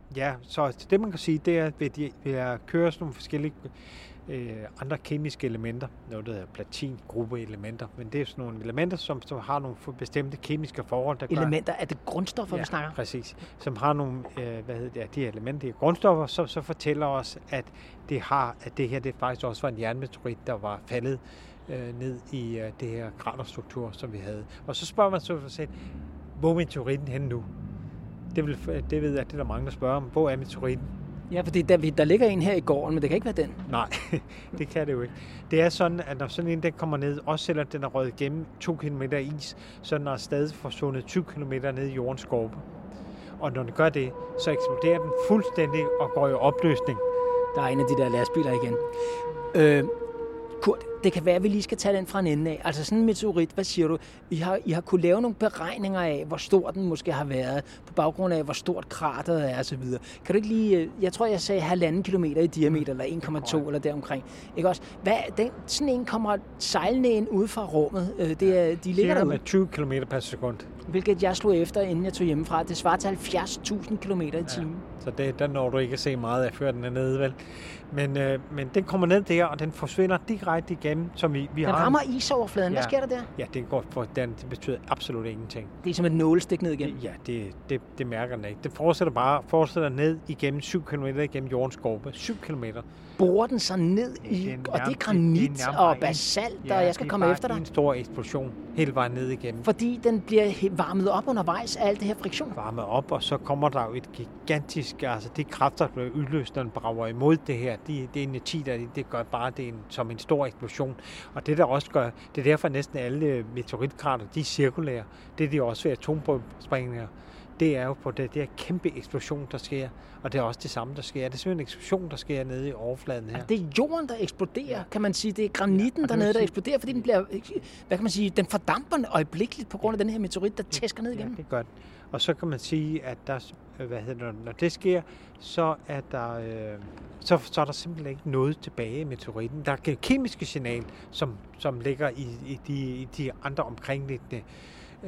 Speaker 3: Ja, så det man kan sige, det er, at ved at køre sådan nogle forskellige øh, andre kemiske elementer, noget der hedder platin-gruppeelementer, men det er sådan nogle elementer, som, som har nogle bestemte kemiske forhold, der
Speaker 2: Elementer, er det grundstoffer,
Speaker 3: ja,
Speaker 2: vi snakker?
Speaker 3: Præcis. Som har nogle, øh, hvad hedder det, de her elementer, de grundstoffer, som så fortæller os, at det har, at det her, det faktisk også var en jernmeteorit, der var faldet øh, ned i øh, det her kraterstruktur, som vi havde. Og så spørger man så for sig, hvor er meteoritten henne nu? Det, vil, det ved jeg, at det er der mange, der spørger om. Hvor er meteoritten?
Speaker 2: Ja, fordi der, der ligger en her i gården, men det kan ikke være den.
Speaker 3: Nej, det kan det jo ikke. Det er sådan, at når sådan en den kommer ned, også selvom den er røget igennem to kilometer is, så den er stadig forsvundet tyve kilometer ned i jordens skorpe. Og når den gør det, så eksploderer den fuldstændig og går i opløsning.
Speaker 2: Der er en af de der lastbiler igen. Øh, Kurt, det kan være, at vi lige skal tage den fra en ende af. Altså sådan en meteorit, hvad siger du? I har, I har kunne lave nogle beregninger af, hvor stor den måske har været, på baggrund af, hvor stort krateret er osv. Kan du ikke lige, jeg tror, jeg sagde halvanden kilometer i diameter, eller en komma to eller deromkring. Ikke også? Hvad, den, sådan en kommer sejlende ind ude fra rummet. Det er, de ligger derude.
Speaker 3: med tyve kilometer per sekund.
Speaker 2: Hvilket jeg slog efter, inden jeg tog hjemmefra. Det svarer til halvfjerds tusind kilometer i timen.
Speaker 3: Ja, så det, der når du ikke at se meget af, før den er nede, vel? Men, øh, men den kommer ned der, og den forsvinder direkte igennem, som vi, vi
Speaker 2: den
Speaker 3: har...
Speaker 2: Den rammer isoverfladen.
Speaker 3: Ja.
Speaker 2: Hvad sker der der?
Speaker 3: Ja, det går for den. Det betyder absolut ingenting.
Speaker 2: Det er som et nålestik ned igennem?
Speaker 3: Ja, det, det, det mærker den ikke. Den fortsætter bare fortsætter ned igennem syv kilometer igennem jordens skorpe. syv kilometer.
Speaker 2: Borer den så ned i, det nærmest, og det er granit det er og basalt, ja, og jeg skal komme efter dig.
Speaker 3: Det er en stor eksplosion hele vejen ned igennem.
Speaker 2: Fordi den bliver varmet op undervejs af alt det her friktion.
Speaker 3: Varmet op, og så kommer der jo et gigantisk, altså de kræfter, der bliver udløst, når den brager imod det her, de, det inerti, der det gør bare det en, som en stor eksplosion. Og det der også gør, det er derfor næsten alle meteoritkrater, de er cirkulære. Det er de også ved atombombesprængninger. Det er jo på det der kæmpe eksplosion, der sker. Og det er også det samme, der sker. Det er simpelthen en eksplosion, der sker nede i overfladen her.
Speaker 2: Altså, det er jorden, der eksploderer, ja. Kan man sige. Det er granitten ja, dernede, der sige... eksploderer, fordi den bliver, hvad kan man sige, den fordamper øjeblikkeligt på grund af den her meteorit, der ja. tæsker ned igennem.
Speaker 3: Ja, det gør den. Og så kan man sige, at der, hvad hedder det, når det sker, så er der, øh, så, så er der simpelthen ikke noget tilbage i meteoritten. Der er et kemiske signal, som, som ligger i, i, de, i de andre omkringliggende øh,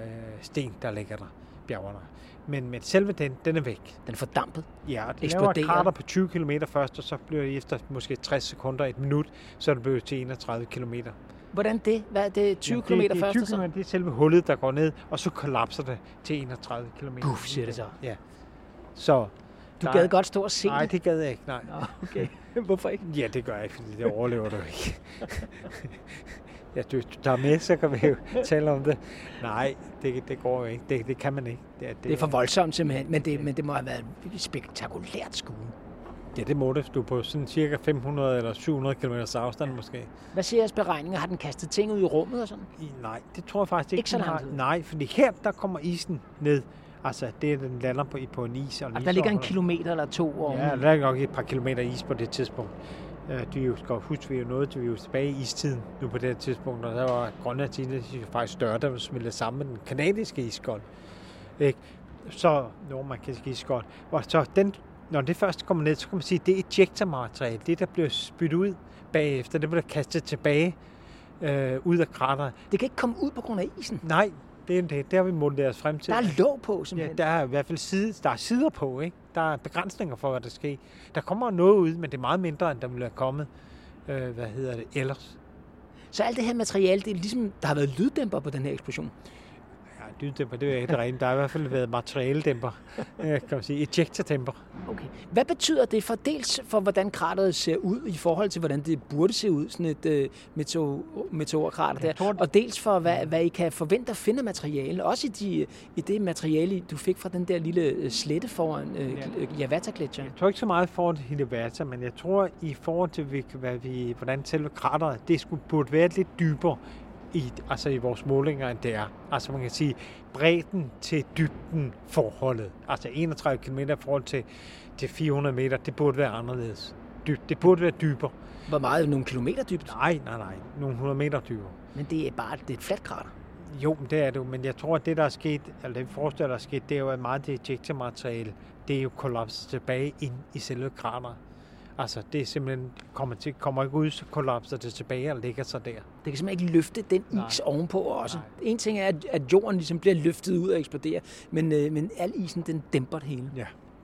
Speaker 3: sten, der ligger der. Bjergerne. Men, men selve den, den er væk.
Speaker 2: Den er fordampet.
Speaker 3: Ja, det laver et krater på tyve kilometer først, og så bliver det efter måske tres sekunder, et minut, så er det blevet til enogtredive kilometer.
Speaker 2: Hvordan det? Hvad er det? tyve
Speaker 3: Jamen,
Speaker 2: kilometer
Speaker 3: det,
Speaker 2: først?
Speaker 3: tyve kilometer, det er selve hullet, der går ned, og så kollapser det til enogtredive kilometer.
Speaker 2: Puff, siger det så.
Speaker 3: Ja. Så
Speaker 2: du gad godt stå og se
Speaker 3: nej,
Speaker 2: det?
Speaker 3: Nej, det gad jeg ikke, nej.
Speaker 2: Nå, okay. Hvorfor ikke?
Speaker 3: Ja, det gør jeg ikke, fordi det overlever du ikke. Ja, du, du tager med, så kan vi jo tale om det. Nej, det, det går jo ikke. Det, det kan man ikke.
Speaker 2: Det er, det, det er for voldsomt simpelthen, men det, men det må have været et spektakulært skue.
Speaker 3: Ja, det må det. Du er på sådan cirka fem hundrede eller syv hundrede kilometers afstand måske.
Speaker 2: Hvad siger jeres beregninger? Har den kastet ting ud i rummet og sådan?
Speaker 3: I, nej, det tror jeg faktisk ikke.
Speaker 2: Ikke så langt
Speaker 3: har, nej, fordi her, der kommer isen ned. Altså, det er, den lander på, på en is. Og en
Speaker 2: og der ligger en kilometer eller to oven.
Speaker 3: Ja, der ligger nok et par kilometer is på det tidspunkt. De jo skal huske, vi er nået til, vi er jo tilbage i istiden nu på det her tidspunkt, og der var Grønlands is faktisk større, der var smeltet sammen med den kanadiske iskold. Ikke? Så, når man kan sige iskold. Og så den, når det først kommer ned, så kan man sige, at det er ejectormateriale, det der bliver spyttet ud bagefter, det bliver kastet tilbage øh, ud af krateret.
Speaker 2: Det kan ikke komme ud på grund af isen?
Speaker 3: Nej, det er det. Det har vi målt os frem til.
Speaker 2: Der er låg på, simpelthen.
Speaker 3: Ja, der er i hvert fald side, der er sider på, ikke? Der er begrænsninger for, hvad der sker. Der kommer noget ud, men det er meget mindre, end der ville have kommet, øh, hvad hedder det, ellers.
Speaker 2: Så alt det her materiale, det er ligesom, der har været lyddæmper på den her eksplosion?
Speaker 3: Ja, lyddæmper, det er ikke rent. Der har i hvert fald været materialedæmper, kan man sige, ejectordæmper.
Speaker 2: Okay. Hvad betyder det for dels for, hvordan krateret ser ud, i forhold til, hvordan det burde se ud, sådan et uh, meteor, meteorkrater der, tror, og dels for, hvad, hvad I kan forvente at finde materiale, også i, de, i det materiale, du fik fra den der lille slette foran uh, Yavata-gletsjeren?
Speaker 3: Jeg tror ikke så meget i forhold til Yavata, men jeg tror i forhold til, hvad vi, hvordan selve krateret, det skulle, burde være lidt dybere, I, altså i vores målinger, end det er. Altså man kan sige, bredden til dybden forholdet. Altså enogtredive kilometer i forhold til, til fire hundrede meter, det burde være anderledes. Dyb, det burde være dybere.
Speaker 2: Hvor meget? Nogle kilometer dybt?
Speaker 3: Nej, nej, nej. Nogle hundrede meter dybere.
Speaker 2: Men det er bare det er et fladt krater.
Speaker 3: Jo, det er det jo. Men jeg tror, at det, der er sket, eller det vi forestiller, der er sket, det er jo, at meget det ejectormateriale, det er jo kollapset tilbage ind i selve krateret. Altså, det er simpelthen, kommer, til, kommer ikke ud, så kollapser det tilbage og ligger sig der. Det
Speaker 2: kan simpelthen ikke løfte den is Nej. ovenpå også. Nej. En ting er, at, at jorden ligesom bliver løftet ud og eksploderer, men, øh, men al isen, den dæmper det hele.
Speaker 3: Ja,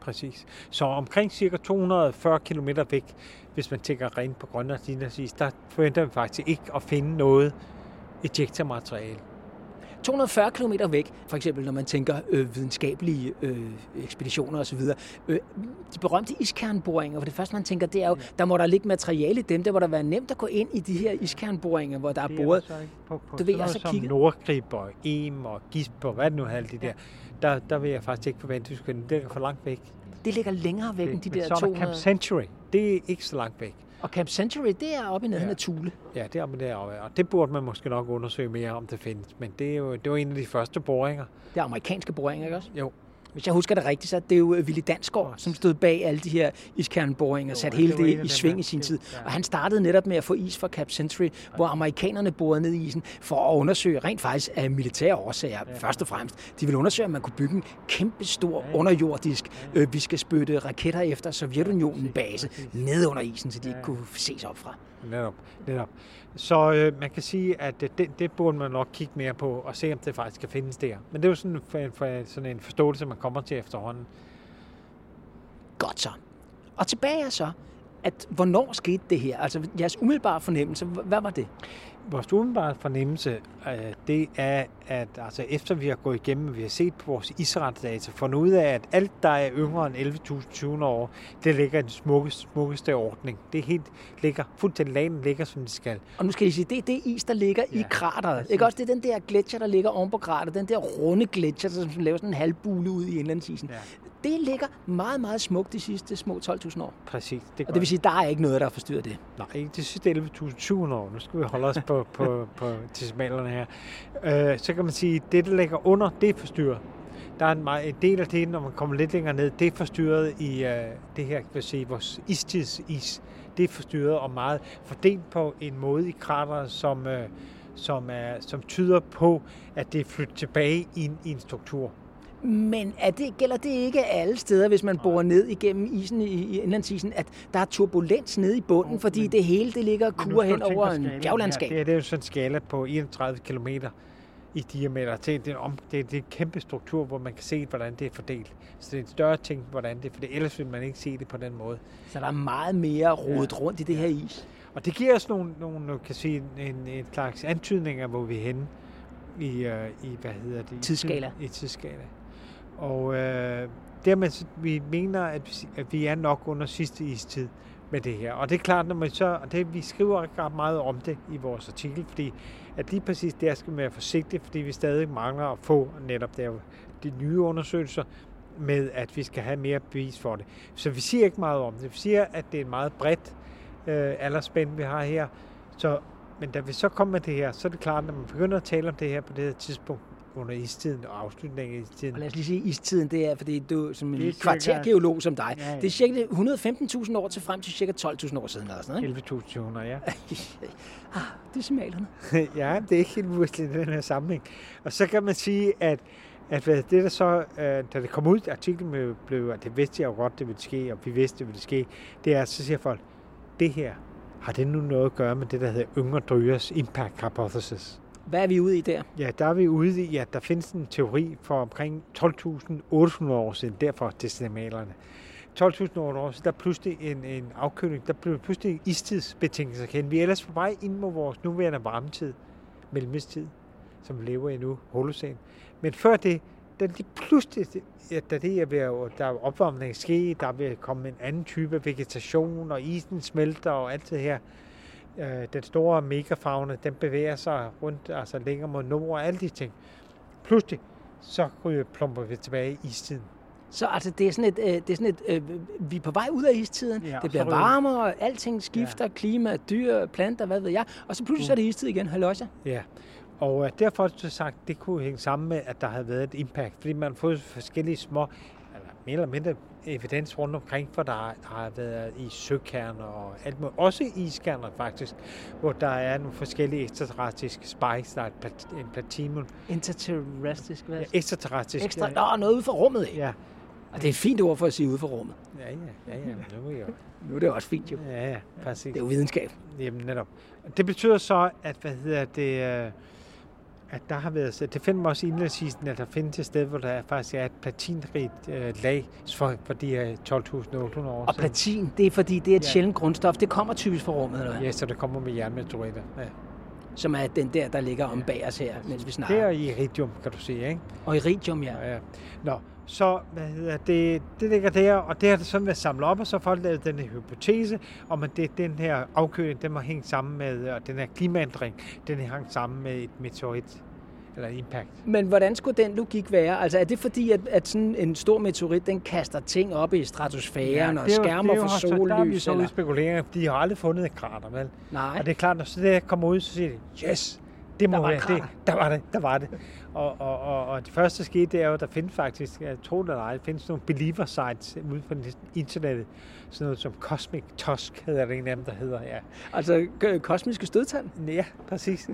Speaker 3: præcis. Så omkring cirka to hundrede og fyrre kilometer væk, hvis man tænker rent på Grønlands indlandsis, der forventer man faktisk ikke at finde noget ejectormateriale.
Speaker 2: to hundrede og fyrre kilometer væk, for eksempel når man tænker øh, videnskabelige øh, ekspeditioner osv. Øh, de berømte iskernboringer, for det første man tænker, det er jo, der må der ligge materiale i dem, der må der være nemt at gå ind i de her iskernboringer, hvor der er boret.
Speaker 3: På, på
Speaker 2: du ved, jeg så
Speaker 3: som
Speaker 2: kigge.
Speaker 3: Nordgrib og Em og Gisp og hvad det nu havde de der, der, der vil jeg faktisk ikke forvente, at det ligger for langt væk.
Speaker 2: Det ligger længere væk end de
Speaker 3: Men
Speaker 2: der
Speaker 3: så er
Speaker 2: to hundrede.
Speaker 3: Camp Century, det er ikke så langt væk.
Speaker 2: Og Camp Century, det er oppe i nærheden
Speaker 3: Ja.
Speaker 2: af Thule.
Speaker 3: Ja, det er oppe deroppe, og det burde man måske nok undersøge mere, om det findes. Men det er jo, det var en af de første boringer.
Speaker 2: Det er amerikanske boringer, ikke også?
Speaker 3: Jo.
Speaker 2: Hvis jeg husker det rigtigt, så er det jo Willy Dansgaard, som stod bag alle de her iskernboringer og satte hele
Speaker 3: det
Speaker 2: det,
Speaker 3: det
Speaker 2: i sving
Speaker 3: dem,
Speaker 2: i sin
Speaker 3: det,
Speaker 2: tid.
Speaker 3: ja.
Speaker 2: Og han startede netop med at få is fra Camp Century, hvor amerikanerne borede ned i isen for at undersøge rent faktisk af militære årsager. Ja. Først og fremmest. De ville undersøge, om man kunne bygge en kæmpe stor ja, ja. underjordisk, øh, vi skal spytte raketter efter Sovjetunionen base ned under isen, så de ikke kunne ses op fra.
Speaker 3: Netop, netop. Så øh, man kan sige, at det, det burde man nok kigge mere på og se, om det faktisk kan findes der. Men det er jo sådan, for, for, sådan en forståelse, man kommer til efterhånden.
Speaker 2: Godt så. Og tilbage er så, at hvornår skete det her? Altså jeres umiddelbare fornemmelse, hvad var det?
Speaker 3: Vores umiddelbare fornemmelse, øh, det er, at altså, efter vi har gået igennem, og vi har set på vores isretdata, fundet ud af, at alt, der er yngre end elleve tusind syv hundrede år, det ligger i den smukkeste, smukkeste ordning. Det er helt, ligger, fuldstændig lagen ligger, som det skal.
Speaker 2: Og nu skal I sige, det er det is, der ligger ja, i krateret. Ikke også? Det er den der gletsjer, der ligger oven på krateret, den der runde gletsjer, som laver sådan en halvbule ud i indlandsisen. Ja. Det ligger meget, meget smukt de sidste små tolv tusind år.
Speaker 3: Præcis. Det
Speaker 2: og det vil sige, at der er ikke noget, der har forstyrret det.
Speaker 3: Nej, ikke de sidste elleve tusind syv hundrede år. Nu skal vi holde os på, på, på decimalerne her. Øh, så kan man sige, at det, der ligger under, det er forstyrret. Der er en, meget, en del af det, når man kommer lidt længere ned, det er forstyrret i uh, det her, vil sige, vores istidsis. Det er forstyrret og meget fordelt på en måde i krateret, som, uh, som, er, som tyder på, at det er flyttet tilbage i en, i en struktur.
Speaker 2: Men er det, gælder det ikke alle steder, hvis man borer ned igennem isen i, i indlandsisen, at der er turbulens nede i bunden, fordi men, det hele det ligger og kurer hen over en bjerglandskab?
Speaker 3: Ja, det, er, det er jo sådan en skala på enogtredive kilometer i diameter. Det, det, er, det, det er en kæmpe struktur, hvor man kan se, hvordan det er fordelt. Så det er en større ting, hvordan det er, for ellers vil man ikke se det på den måde.
Speaker 2: Så der er meget mere rodet ja. rundt i det her is?
Speaker 3: Og det giver os nogle, nogle kan sige, en, en slags antydninger, hvor vi er henne i, uh, i hvad hedder det?
Speaker 2: Tidsskala.
Speaker 3: I tidsskala. Og øh, dermed vi mener, at, at vi er nok under sidste istid med det her. Og det er klart, når man så, og det, vi skriver ret meget om det i vores artikel, fordi at lige præcis der skal man være forsigtig, fordi vi stadig mangler at få netop der, de nye undersøgelser med, at vi skal have mere bevis for det. Så vi siger ikke meget om det. Vi siger, at det er en meget bredt øh, aldersspænd, vi har her. Så, men da vi så kommer med det her, så er det klart, når man begynder at tale om det her på det her tidspunkt, under istiden og afslutningen af istiden.
Speaker 2: Og lad os lige sige, istiden, det er, fordi du som en kvartergeolog som dig, ja, ja. Det er cirka et hundrede og femten tusind år til frem til cirka tolv tusind år siden. Eller sådan, ikke?
Speaker 3: elleve tusind syv hundrede, ja.
Speaker 2: ah, decimalerne.
Speaker 3: Ja, det er ikke helt uvæsentligt i den her sammenhæng. Og så kan man sige, at, at det der så, da det kom ud, artiklen blev, at det vidste jeg jo godt, det ville ske, og vi vidste, det ville ske, det er, så siger folk, det her, har det nu noget at gøre med det, der hedder Yngre Drygers Impact Hypothesis?
Speaker 2: Hvad er vi ude i der?
Speaker 3: Ja, der er vi ude i, at der findes en teori for omkring tolv tusind otte hundrede år siden, derfor decimalerne. tolv tusind otte hundrede år siden, der er pludselig en, en afkøling, der blev pludselig istidsbetingelser kendt. Vi er ellers på vej ind mod vores nuværende varmetid, mellemistid, som vi lever i nu, Holocæn. Men før det, da det pludselig, da det er ved at, der er opvarmning ske, der vil komme en anden type vegetation, og isen smelter og alt det her, den store megafauna, den bevæger sig rundt, altså længere mod nord og alle de ting. Pludselig, så plumper vi tilbage i istiden.
Speaker 2: Så altså, det er sådan et, det er sådan et øh, vi er på vej ud af istiden, ja, det bliver varmere, og alting skifter, ja. Klima, dyr, planter, hvad ved jeg, og så pludselig uh. så er det istid igen, halløjsa.
Speaker 3: Ja, og uh, derfor har jeg sagt, det kunne hænge sammen med, at der havde været et impact, fordi man har fået forskellige små, eller mere eller mindre evidens rundt omkring, for der har været i søkerner og alt muligt. Også i iskerner faktisk, hvor der er nogle forskellige ekstraterrestriske spikes, der er en platinum.
Speaker 2: Interterrestrisk, hvad?
Speaker 3: Ja, ekstraterrestrisk.
Speaker 2: Ekstra, ja. Nå, noget ude fra rummet, ikke?
Speaker 3: Ja.
Speaker 2: Og det er et fint ord for at sige ude fra rummet.
Speaker 3: Ja, ja, ja, ja. Nu, er jo.
Speaker 2: nu er det også fint, jo.
Speaker 3: Ja, ja, præcis.
Speaker 2: Det er jo videnskab.
Speaker 3: Jamen, netop. Det betyder så, at, hvad hedder det, at der har været, det finder man også i indlandsisen, at der findes et sted, hvor der faktisk er et platinrigt øh, lag for, for de her tolv tusind otte hundrede år.
Speaker 2: Og platin, det er fordi, det er et
Speaker 3: ja.
Speaker 2: sjældent grundstof. Det kommer typisk fra rummet, eller hvad?
Speaker 3: Ja, så det kommer med jernmeteoritter. Ja.
Speaker 2: Som er den der, der ligger om bag os her, mens vi snakker.
Speaker 3: Det er iridium, kan du se, ikke?
Speaker 2: Og iridium, ja.
Speaker 3: ja, ja. Nå, så hvad hedder det, det ligger der, og det har det sådan været samlet op, og så har folk lavet den her hypotese, om at det, den her afkøling, den må hænge sammen med, og den her klimaændring, den hænge sammen med et meteorit, eller impact.
Speaker 2: Men hvordan skulle den logik være? Altså er det fordi, at, at sådan en stor meteorit, den kaster ting op i stratosfæren ja, og skærmer for sollys?
Speaker 3: Der er vi så ude spekuleringer, for de har aldrig fundet et krater, vel?
Speaker 2: Nej.
Speaker 3: Og det er klart, når så det kommer ud, så siger de, yes, det må
Speaker 2: der
Speaker 3: være det. Der var det, der var det. Og, og, og, og det første, der skete, det er jo, der findes faktisk, jeg tror det eller ej, der findes nogle believer sites ude på internettet. Sådan noget som Cosmic Tusk hedder det en af dem, der hedder, ja.
Speaker 2: Altså kosmiske stødtand?
Speaker 3: Ja, præcis.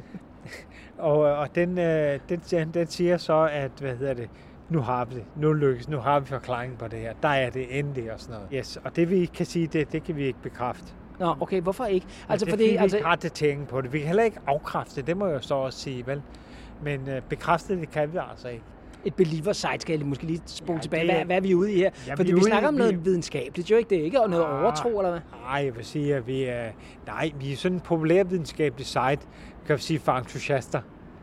Speaker 3: og og den, den, den siger så, at, hvad hedder det, nu har vi det, nu lykkes, nu har vi forklaringen på det her. Der er det endelig og sådan noget. Yes, og det vi kan sige, det, det kan vi ikke bekræfte.
Speaker 2: Nå, okay, hvorfor ikke?
Speaker 3: Altså, det er fordi, fordi vi altså... ikke har datering på det. Vi kan heller ikke afkræfte, det må jeg jo så også sige, vel? Men øh, bekræfte det kan vi altså ikke.
Speaker 2: Et believer site skal jeg måske lige spole ja, tilbage. Hvad, hvad er vi ude i her?
Speaker 3: Ja,
Speaker 2: fordi vi, vi snakker om noget vi... videnskabeligt, jo ikke? Det er ikke noget ah, overtro, eller hvad?
Speaker 3: Nej, jeg vil sige, at vi er... Nej, vi er sådan en populær videnskabelig site, kan vi sige, for entusiaster.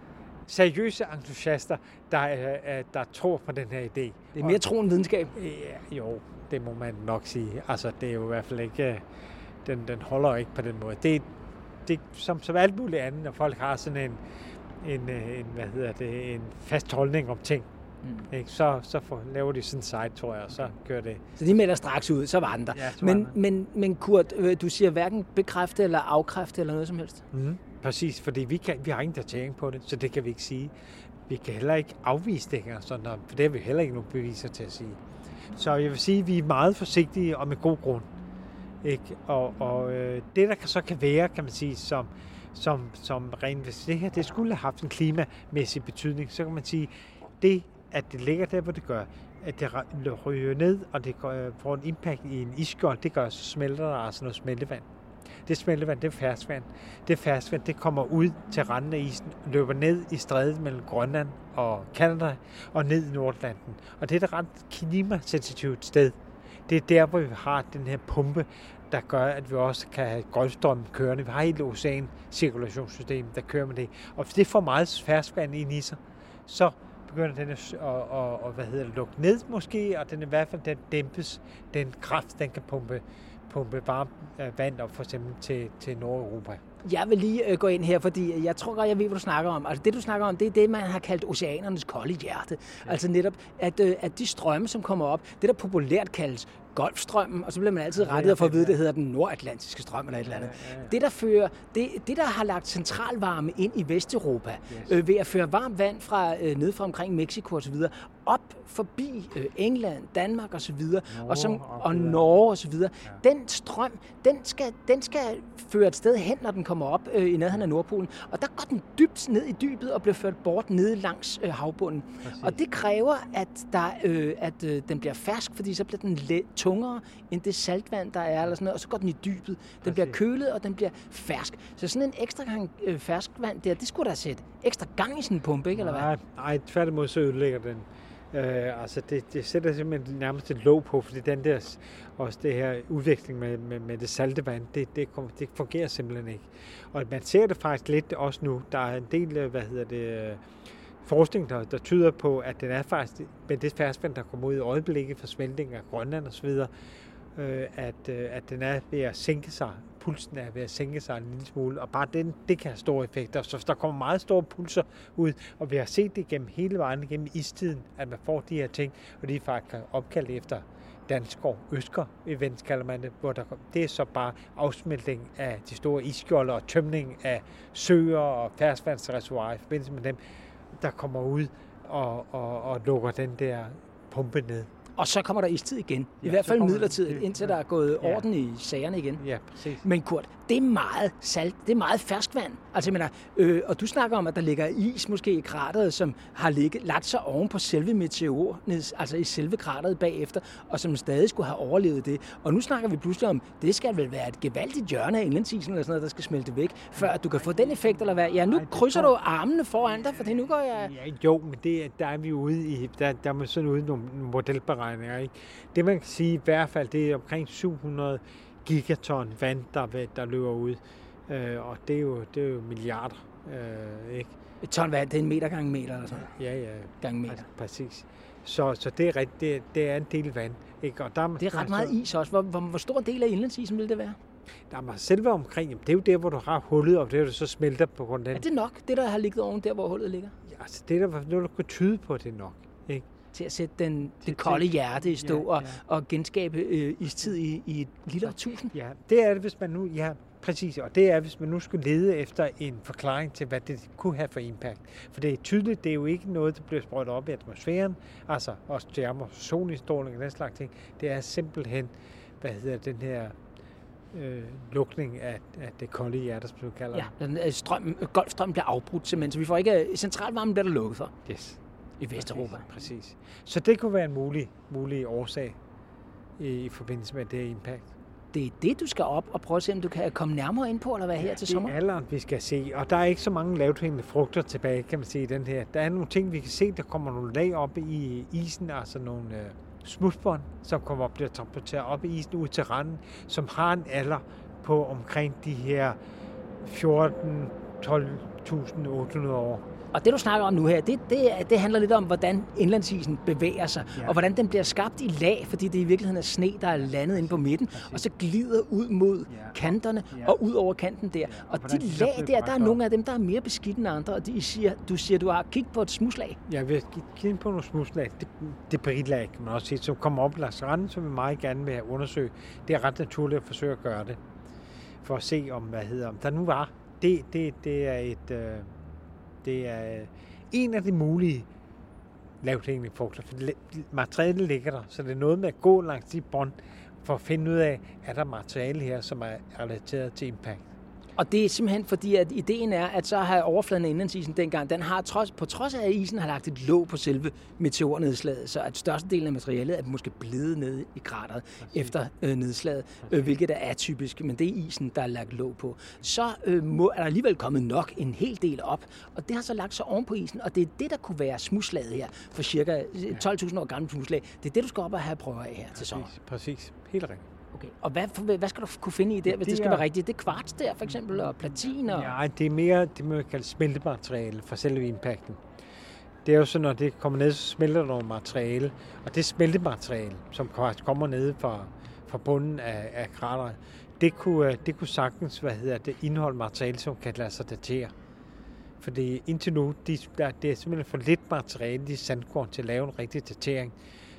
Speaker 3: Seriøse entusiaster, der, øh, der tror på den her idé.
Speaker 2: Det er mere tro end videnskab?
Speaker 3: Ja, jo, det må man nok sige. Altså, det er jo i hvert fald ikke... Den, den holder ikke på den måde. Det, det som, som alt muligt andet, når folk har sådan en, en, en, hvad hedder det, en fast holdning om ting, mm. ikke? Så, så får, laver de sådan en site, tror jeg, og så gør det.
Speaker 2: Så de melder straks ud, så var den der.
Speaker 3: Ja,
Speaker 2: men,
Speaker 3: den.
Speaker 2: Men, men Kurt, du siger hverken bekræfte eller afkræfte eller noget som helst?
Speaker 3: Mm, præcis, fordi vi, kan, vi har ingen datering på det, så det kan vi ikke sige. Vi kan heller ikke afvise det her, sådan, for det har vi heller ikke nogen beviser til at sige. Så jeg vil sige, at vi er meget forsigtige og med god grund. Ikke? Og, og øh, det, der så kan være, kan man sige, som, som, som rent, hvis det her det skulle have haft en klimamæssig betydning, så kan man sige, det, at det ligger der, hvor det gør, at det ryger ned, og det gør, får en impact i en isskjold, det gør, så smelter der altså noget smeltevand. Det smeltevand, det er ferskvand. Det ferskvand, det kommer ud til randen af isen, løber ned i strædet mellem Grønland og Canada, og ned i Nordatlanten. Og det er et ret klimasensitivt sted. Det er der, hvor vi har den her pumpe, der gør, at vi også kan have golfstrømmen kørende. Vi har hele oceancirkulationssystem, der kører med det. Og hvis det får meget ferskvand ind i sig, så begynder den at, at, at, at hvad hedder det, lukke ned måske, og den i hvert fald den dæmpes, den kraft, den kan pumpe, pumpe varmt vand op for eksempel til, til Nordeuropa.
Speaker 2: Jeg vil lige øh, gå ind her, fordi jeg tror godt, jeg ved, hvad du snakker om. Altså det, du snakker om, det er det, man har kaldt oceanernes kolde hjerte. Ja. Altså netop, at, øh, at de strømme, som kommer op, det der populært kaldes Golfstrømmen, og så bliver man altid rettet og får at vide, at det hedder den nordatlantiske strøm eller et eller andet. Ja, ja, ja. Det, der fører, det, det, der har lagt centralvarme ind i Vesteuropa, yes. øh, ved at føre varmt vand fra øh, ned fra omkring Mexico og så videre, op forbi øh, England, Danmark og så videre, Norge, og, som, og Norge og så videre. Ja. Den strøm, den skal, den skal føre et sted hen, når den kommer op øh, i nærheden af Nordpolen, og der går den dybt ned i dybet og bliver ført bort ned langs øh, havbunden. Præcis. Og det kræver, at, der, øh, at øh, den bliver fersk, fordi så bliver den let, tungere end det saltvand, der er, eller sådan noget, og så går den i dybet. Den Præcis. bliver kølet, og den bliver fersk. Så sådan en ekstra gang øh, ferskvand der, det skulle da sætte ekstra gang i sådan en pumpe, ikke, eller hvad?
Speaker 3: Nej, nej, tværtimod så ødelægger den. Øh, altså det, det sætter simpelthen nærmest et låg på, fordi den der, også det her udveksling med, med, med det salte vand, det, det, det fungerer simpelthen ikke. Og man ser det faktisk lidt også nu. Der er en del, hvad hedder det, forskning, der, der tyder på, at den er faktisk, med det ferskvand, der kommer ud i øjeblikket for smeltning af Grønland og så videre, øh, at, øh, at den er ved at sænke sig. Pulsen er ved at sænke sig en lille smule, og bare den, det kan have store effekter. Så der kommer meget store pulser ud, og vi har set det gennem hele vejen, gennem istiden, at man får de her ting, og de er faktisk opkaldt efter Danskov Øsker event, kalder man det, hvor der, det er så bare afsmeltning af de store isskjolde og tømning af søer og ferskvandsreservoirer i forbindelse med dem, der kommer ud og, og, og lukker den der pumpe ned.
Speaker 2: Og så kommer der istid igen. I ja, hvert fald midlertidigt, indtil ja. der er gået orden ja. i sagerne igen.
Speaker 3: Ja, præcis.
Speaker 2: Men Kurt, det er meget salt, det er meget ferskvand. Altså, jeg mener, øh, og du snakker om, at der ligger is måske i krateret, som har ligget, lagt sig oven på selve meteor, altså i selve krateret bagefter, og som stadig skulle have overlevet det. Og nu snakker vi pludselig om, det skal vel være et gevaldigt hjørne af indlandsisen eller sådan noget, der skal smelte væk, før at du kan få den effekt, eller hvad? Ja, nu krydser du armene foran dig, for det nu går jeg...
Speaker 3: Ja, jo, men det, der er vi ude i, der, der er sådan ude i nogle modelberegninger, ikke? Det man kan sige i hvert fald, det er omkring syv hundrede gigaton vand, der, der løber ud. Øh, og det er, jo, det er jo milliarder, øh, ikke?
Speaker 2: Et ton vand, det er en meter gange meter, eller sådan
Speaker 3: Ja, ja.
Speaker 2: Gange meter.
Speaker 3: Præcis. Så, så det er rigtigt, det, det er en del vand, ikke? Og der,
Speaker 2: det er ret meget is også. Hvor, hvor, hvor stor del af indlandsisen vil det være?
Speaker 3: Der er selve omkring, jamen, det er jo der, hvor du har hullet, og det er jo så smelter på grund af den.
Speaker 2: Er det nok, det der har ligget oven der, hvor hullet ligger?
Speaker 3: Ja, altså det der, noget, der kan tyde på, det er nok, ikke?
Speaker 2: Til at sætte den, det kolde hjerte i stå, ja, ja. Og, og genskabe øh, istid i, i et lille årtusind?
Speaker 3: Ja, det er det, hvis man nu, ja, præcis, og det er, hvis man nu skulle lede efter en forklaring til, hvad det kunne have for impact. For det er tydeligt, det er jo ikke noget, der bliver sprøjtet op i atmosfæren, altså også stjerner, solindstråling og den slags ting. Det er simpelthen, hvad hedder den her øh, lukning af, af det kolde hjerte, som du kalder
Speaker 2: ja, den strøm, golfstrømmen bliver afbrudt simpelthen, så vi får ikke, centralvarmen bliver der lukket for.
Speaker 3: Yes.
Speaker 2: I Vesteuropa.
Speaker 3: Præcis, præcis. Så det kunne være en mulig, mulig årsag i, i forbindelse med det impact.
Speaker 2: Det er det, du skal op og prøve at se, om du kan komme nærmere ind på, eller hvad her
Speaker 3: ja,
Speaker 2: til sommer?
Speaker 3: Det er alderen, vi skal se, og der er ikke så mange lavthængende frugter tilbage, kan man sige, i den her. Der er nogle ting, vi kan se, der kommer nogle lag op i isen, altså nogle øh, smutbånd, som kommer op, bliver transporteret op i isen ud til randen, som har en alder på omkring de her fjorten til tolv tusind otte hundrede år.
Speaker 2: Og det, du snakker om nu her, det, det, det handler lidt om, hvordan indlandsisen bevæger sig, ja. Og hvordan den bliver skabt i lag, fordi det i virkeligheden er sne, der er landet inde på midten, ja. Og så glider ud mod ja. Kanterne ja. Og ud over kanten der. Ja. Og, og de lag der, der er nogle af dem, der er mere beskidt end andre, og de siger, du siger, du har kigget på et smuslag.
Speaker 3: Ja, vi har kigget på nogle smuslag. Det, det britlag, kan man også sige, som kommer op langs randen, som vi meget gerne vil undersøge. Det er ret naturligt at forsøge at gøre det, for at se, om, hvad hedder, om der nu var. Det, det, det er et... Øh, Det er en af de mulige lavthængende frugter, for materialet ligger der, så det er noget med at gå langs de bånd for at finde ud af, er der materiale her, som er relateret til impact.
Speaker 2: Og det er simpelthen fordi, at ideen er, at så har overfladen af indlandsisen dengang, den har trods, på trods af, at isen har lagt et låg på selve meteornedslaget, så at størstedelen af materialet er måske blevet nede i krateret efter øh, nedslaget, øh, hvilket er atypisk, men det er isen, der er lagt låg på. Så øh, må, er der alligevel kommet nok en hel del op, og det har så lagt sig oven på isen, og det er det, der kunne være smuslaget her, for cirka tolv tusind år gammelt smuslag. Det er det, du skal op og have prøver af her til sommer.
Speaker 3: Præcis, helt rigtigt.
Speaker 2: Okay. Og hvad, hvad skal du kunne finde i der, hvis det, det skal er, være rigtigt? Det er kvarts der, for eksempel, og platin? Og...
Speaker 3: Ja, det er mere, det må jeg kalde smeltemateriale for selve impacten. Det er jo sådan, når det kommer ned, så smelter der noget materiale, og det smeltemateriale, som kommer ned fra, fra bunden af, af krateret, det kunne, det kunne sagtens, hvad hedder det, indeholde materiale, som kan lade sig datere. Fordi indtil nu, de, der, det er simpelthen for lidt materiale i sandkorn til at lave en rigtig datering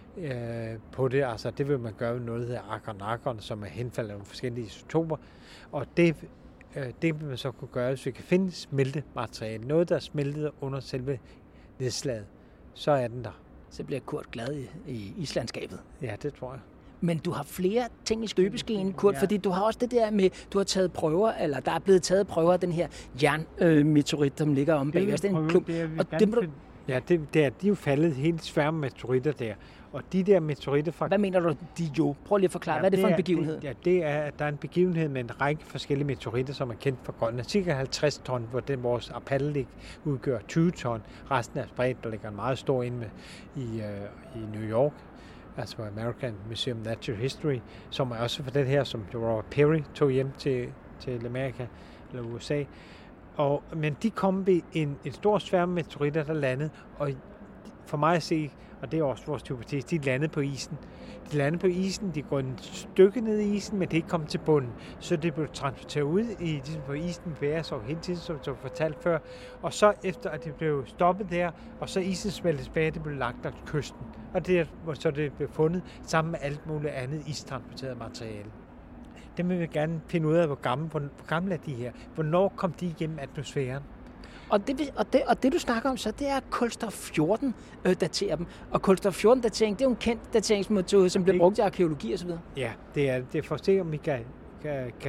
Speaker 3: på det. Altså, det vil man gøre med noget, der hedder argon-argon, som er henfald af nogle forskellige isotoper. Og det, det vil man så kunne gøre, hvis vi kan finde smeltemateriale. Noget, der er smeltet under selve nedslaget. Så er den der.
Speaker 2: Så bliver Kurt glad i, i islandskabet.
Speaker 3: Ja, det tror jeg.
Speaker 2: Men du har flere ting i støbeskeen, Kurt, ja. Fordi du har også det der med, du har taget prøver, eller der er blevet taget prøver af den her jernmeteorit, øh, som ligger om bagved. Det er en klump. Og det, du...
Speaker 3: Ja, det, det er, de er jo faldet helt sværme meteoritter der. Og de der meteoritter fra...
Speaker 2: Hvad mener du, de jo? Prøv lige at forklare, ja, hvad er det, det for en begivenhed?
Speaker 3: Det, ja, det er, at der er en begivenhed med en række forskellige meteoritter, som er kendt fra Grønland. Cirka halvtreds ton, hvor den vores Apallik udgør tyve ton. Resten er spredt, der ligger en meget stor inde med, i, uh, i New York, altså American Museum of Natural History, som er også for den her, som Robert Peary tog hjem til, til Amerika, eller U S A. Og, men de kom ved en, en stor sværme meteoritter, der landede, og for mig at se, og det er også vores hypotese, de landede på isen. De landede på isen, de går en stykke ned i isen, men det er ikke kommet til bunden. Så det blev transporteret ud i, ligesom på isen, bevæger sig hele tiden, som du fortalte før. Og så efter, at det blev stoppet der, og så isen smeltede tilbage, det blev lagt langs kysten. Og det er, så det blev fundet sammen med alt muligt andet istransporteret materiale. Det vil vi gerne finde ud af, hvor gamle, hvor, hvor gamle er de her. Hvornår kom de igennem atmosfæren?
Speaker 2: Og det, og, det, og det, du snakker om, så det er kulstof fjorten øh, daterer dem. Og kulstof fjorten datering, det er jo en kendt dateringsmetode, som bliver brugt i arkeologi og så videre.
Speaker 3: Ja, det er, det er for at se, om vi kan, kan, kan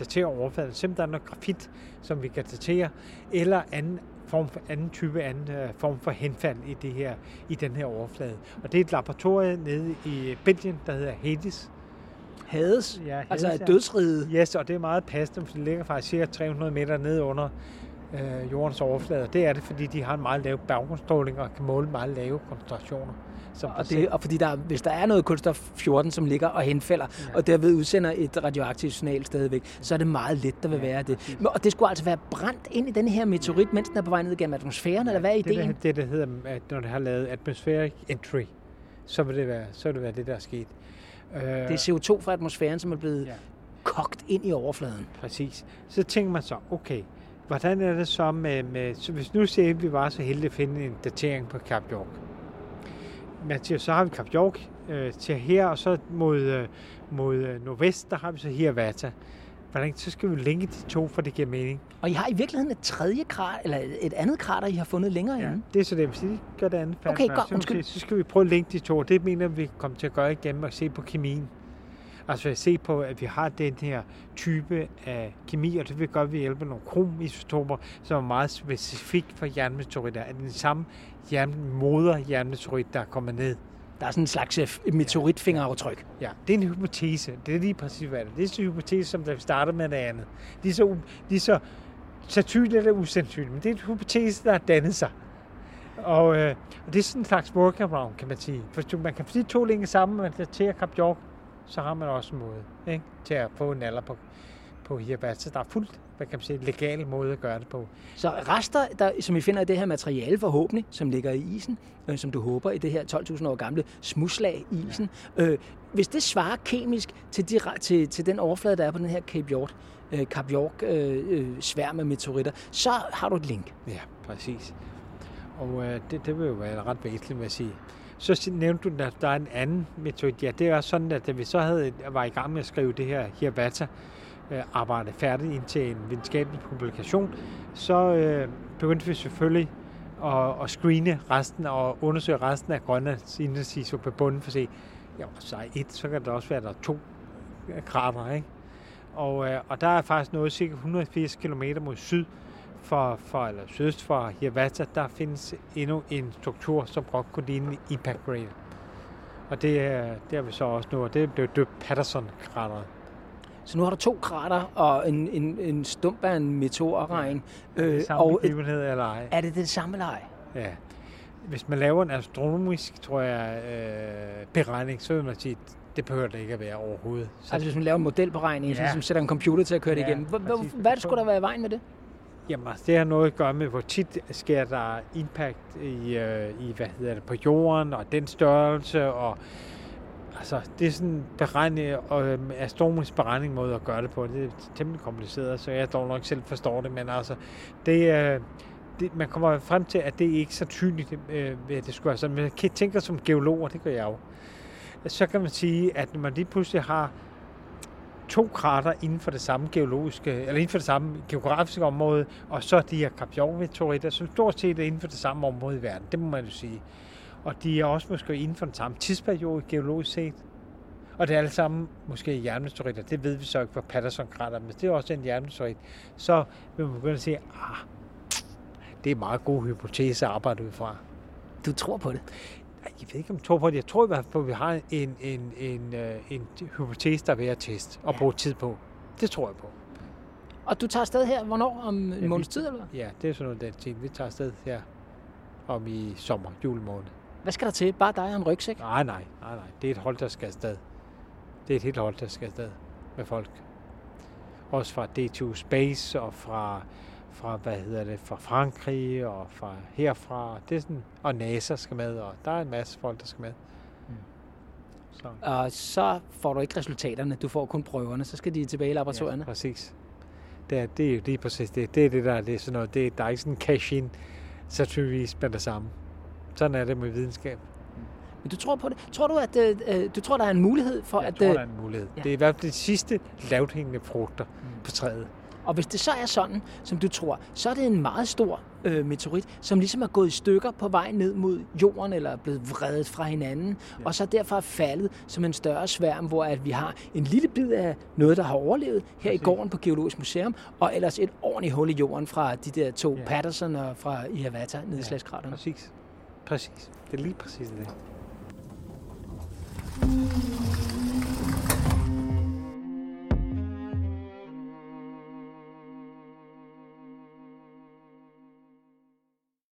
Speaker 3: datere overfladen. Simpelthen der er noget grafit, som vi kan datere, eller anden form for anden type anden uh, form for henfald i det her i den her overflade. Og det er et laboratorium nede i Belgien, der hedder Hades.
Speaker 2: Hades?
Speaker 3: Ja, Hades,
Speaker 2: altså et dødsrige?
Speaker 3: Yes, og det er meget passende, for det ligger faktisk cirka tre hundrede meter nede under øh, jordens overflade. Det er det, fordi de har en meget lav baggrundsstråling og kan måle meget lave koncentrationer.
Speaker 2: Og, det, og fordi der, hvis der er noget kulstof fjorten, som ligger og henfælder, ja. og derved udsender et radioaktivt signal stadigvæk, så er det meget let, der vil ja, være det. Præcis. Og det skulle altså være brændt ind i den her meteorit, mens den er på vej ned gennem atmosfæren, ja, eller hvad er ideen?
Speaker 3: Det, det, det hedder, at når det har lavet atmospheric entry, så vil det være, så vil det, være det, der er sket.
Speaker 2: Det er C O to fra atmosfæren, som er blevet ja. kogt ind i overfladen.
Speaker 3: Præcis. Så tænker man så, okay, hvordan er det så med, med så hvis nu ser vi var så heldige at finde en datering på Kap York. Men til, så har vi Kap York øh, til her, og så mod, øh, mod øh, nordvest, der har vi så Hiawatha. Hvordan, så skal vi linke de to, for det giver mening.
Speaker 2: Og I har i virkeligheden et tredje krater, eller et andet krater, I har fundet længere
Speaker 3: ja,
Speaker 2: inde?
Speaker 3: det er så det, hvis I gør det andet færdigt.
Speaker 2: Okay, godt, undskyld.
Speaker 3: Så skal vi prøve at linke de to, det mener vi kommer til at gøre igennem og se på kemien. Altså at se på, at vi har den her type af kemi, og det vil gøre, at vi hjælper nogle kromisotoper, som er meget specifikt for jernmeteoritter. Er det den samme jern, moder jernmeteorit, der kommer ned?
Speaker 2: Der er sådan en slags meteoritfingeraftryk.
Speaker 3: Ja, det er en hypotese. Det er lige præcis, hvad det er. Det er en hypotese, som der starter med det andet. Det er så, det er så sandsynligt eller usandsynligt, men det er en hypotese, der har dannet sig. Og, øh, og det er sådan en slags workaround, kan man sige. For man kan sige to linker sammen, man daterer Kap York, så har man også en måde ikke, til at få en alder på, på Hiawatha. Så der er fuldt, hvad kan man sige, legal måde at gøre det på.
Speaker 2: Så rester, der, som vi finder i det her materiale forhåbentlig, som ligger i isen, øh, som du håber i det her tolv tusind år gamle smudslag i isen, ja. øh, hvis det svarer kemisk til, de, til, til den overflade, der er på den her Cape York, øh, Kap York øh, øh, sværm af meteoritter, så har du et link.
Speaker 3: Ja, præcis. Og øh, det, det vil jo være ret væsentligt med at sige. Så nævnte du, at der er en anden meteorit. Ja, det er sådan, at da vi så havde, var i gang med at skrive det her Hiawatha-arbejde færdigt ind til en videnskabelig publikation, så øh, begyndte vi selvfølgelig at, at screene resten og undersøge resten af Grønlands indlandsis på bunden for at se, ja, så er et, så kan der også være der to krater, ikke? Og, øh, og der er faktisk noget cirka et hundrede og firs kilometer mod syd for, for, eller sydøst for Hiawatha, der findes endnu en struktur, som godt kunne ligne impact crater. Og det er, det er vi så også nu, og det blev døbt Patterson-krateret.
Speaker 2: Så nu har du to krater og en, en, en stump af en meteorregn.
Speaker 3: Ja. Er det samme og begivenhed eller ej?
Speaker 2: Er det det samme eller ej?
Speaker 3: Ja. Hvis man laver en astronomisk, tror jeg, øh, beregning, så vil man sige, det behøver det ikke at være overhovedet. Så
Speaker 2: altså hvis man laver en modelberegning, ja. som sætter en computer til at køre det ja, igennem. H- hvad skulle der være i vejen med det?
Speaker 3: Jamen, det har noget at gøre med, hvor tit sker der impact i, øh, i hvad hedder det, på jorden, og den størrelse, og altså, det er sådan en beregning, og astronomisk beregning måde at gøre det på. Det er temmelig kompliceret, så jeg dog nok selv forstår det, men altså, det, øh, det, man kommer frem til, at det ikke er så tydeligt, øh, at det skulle være sådan. Men jeg tænker som geolog, og det gør jeg jo, så kan man sige, at når man lige pludselig har to krater inden for det samme geologiske, eller inden for det samme geografiske område, og så de her Kap York-meteoritter, som stort set er inden for det samme område i verden. Det må man jo sige. Og de er også måske inden for den samme tidsperiode geologisk set. Og det er alle sammen måske jernmeteoritter. Det ved vi så ikke for Patterson-krater, men det er også en jernmeteorit. Så vil man begynde at sige, ah, det er meget god hypotese at arbejde ud fra.
Speaker 2: Du tror på det?
Speaker 3: Jeg ved ikke, om jeg tror på det. Jeg tror i hvert fald, at vi har en, en, en, en hypotese, der er ved at teste og ja. bruge tid på. Det tror jeg på.
Speaker 2: Og du tager afsted her, hvornår? Om en ja, måneds tid, eller
Speaker 3: Ja, det er sådan noget den tid. Vi tager afsted her om i sommer, julemåned.
Speaker 2: Hvad skal der til? Bare dig og en rygsæk?
Speaker 3: Nej, nej, nej, nej. Det er et hold, der skal afsted. Det er et helt hold, der skal afsted med folk. Også fra D to Space og fra, fra, hvad hedder det, fra Frankrig og fra herfra. Det er sådan, og NASA skal med, og der er en masse folk, der skal med. Mm.
Speaker 2: Så. Og så får du ikke resultaterne, du får kun prøverne, så skal de tilbage i laboratorierne.
Speaker 3: Ja, præcis. Det er, det er jo lige præcis det. Det er det, der det er sådan noget. Det er, der er ikke sådan en cash-in, sandsynligvis med det samme. Sådan er det med videnskab.
Speaker 2: Men du tror på det? Tror du, at øh, du tror, der er en mulighed for
Speaker 3: jeg
Speaker 2: at...
Speaker 3: Jeg tror, der er en mulighed. Ja. Det er i hvert fald de sidste lavthængende frugter mm. på træet.
Speaker 2: Og hvis det så er sådan, som du tror, så er det en meget stor øh, meteorit, som ligesom er gået i stykker på vej ned mod jorden, eller er blevet vredet fra hinanden, ja. Og så derfor er faldet som en større sværm, hvor at vi har en lille bid af noget, der har overlevet her Præcis. I gården på Geologisk Museum, og ellers et ordentligt hul i jorden fra de der to ja. Patterson og fra Ihavata nedslagskraterne.
Speaker 3: Ja, præcis. Præcis. Det er lige præcis det.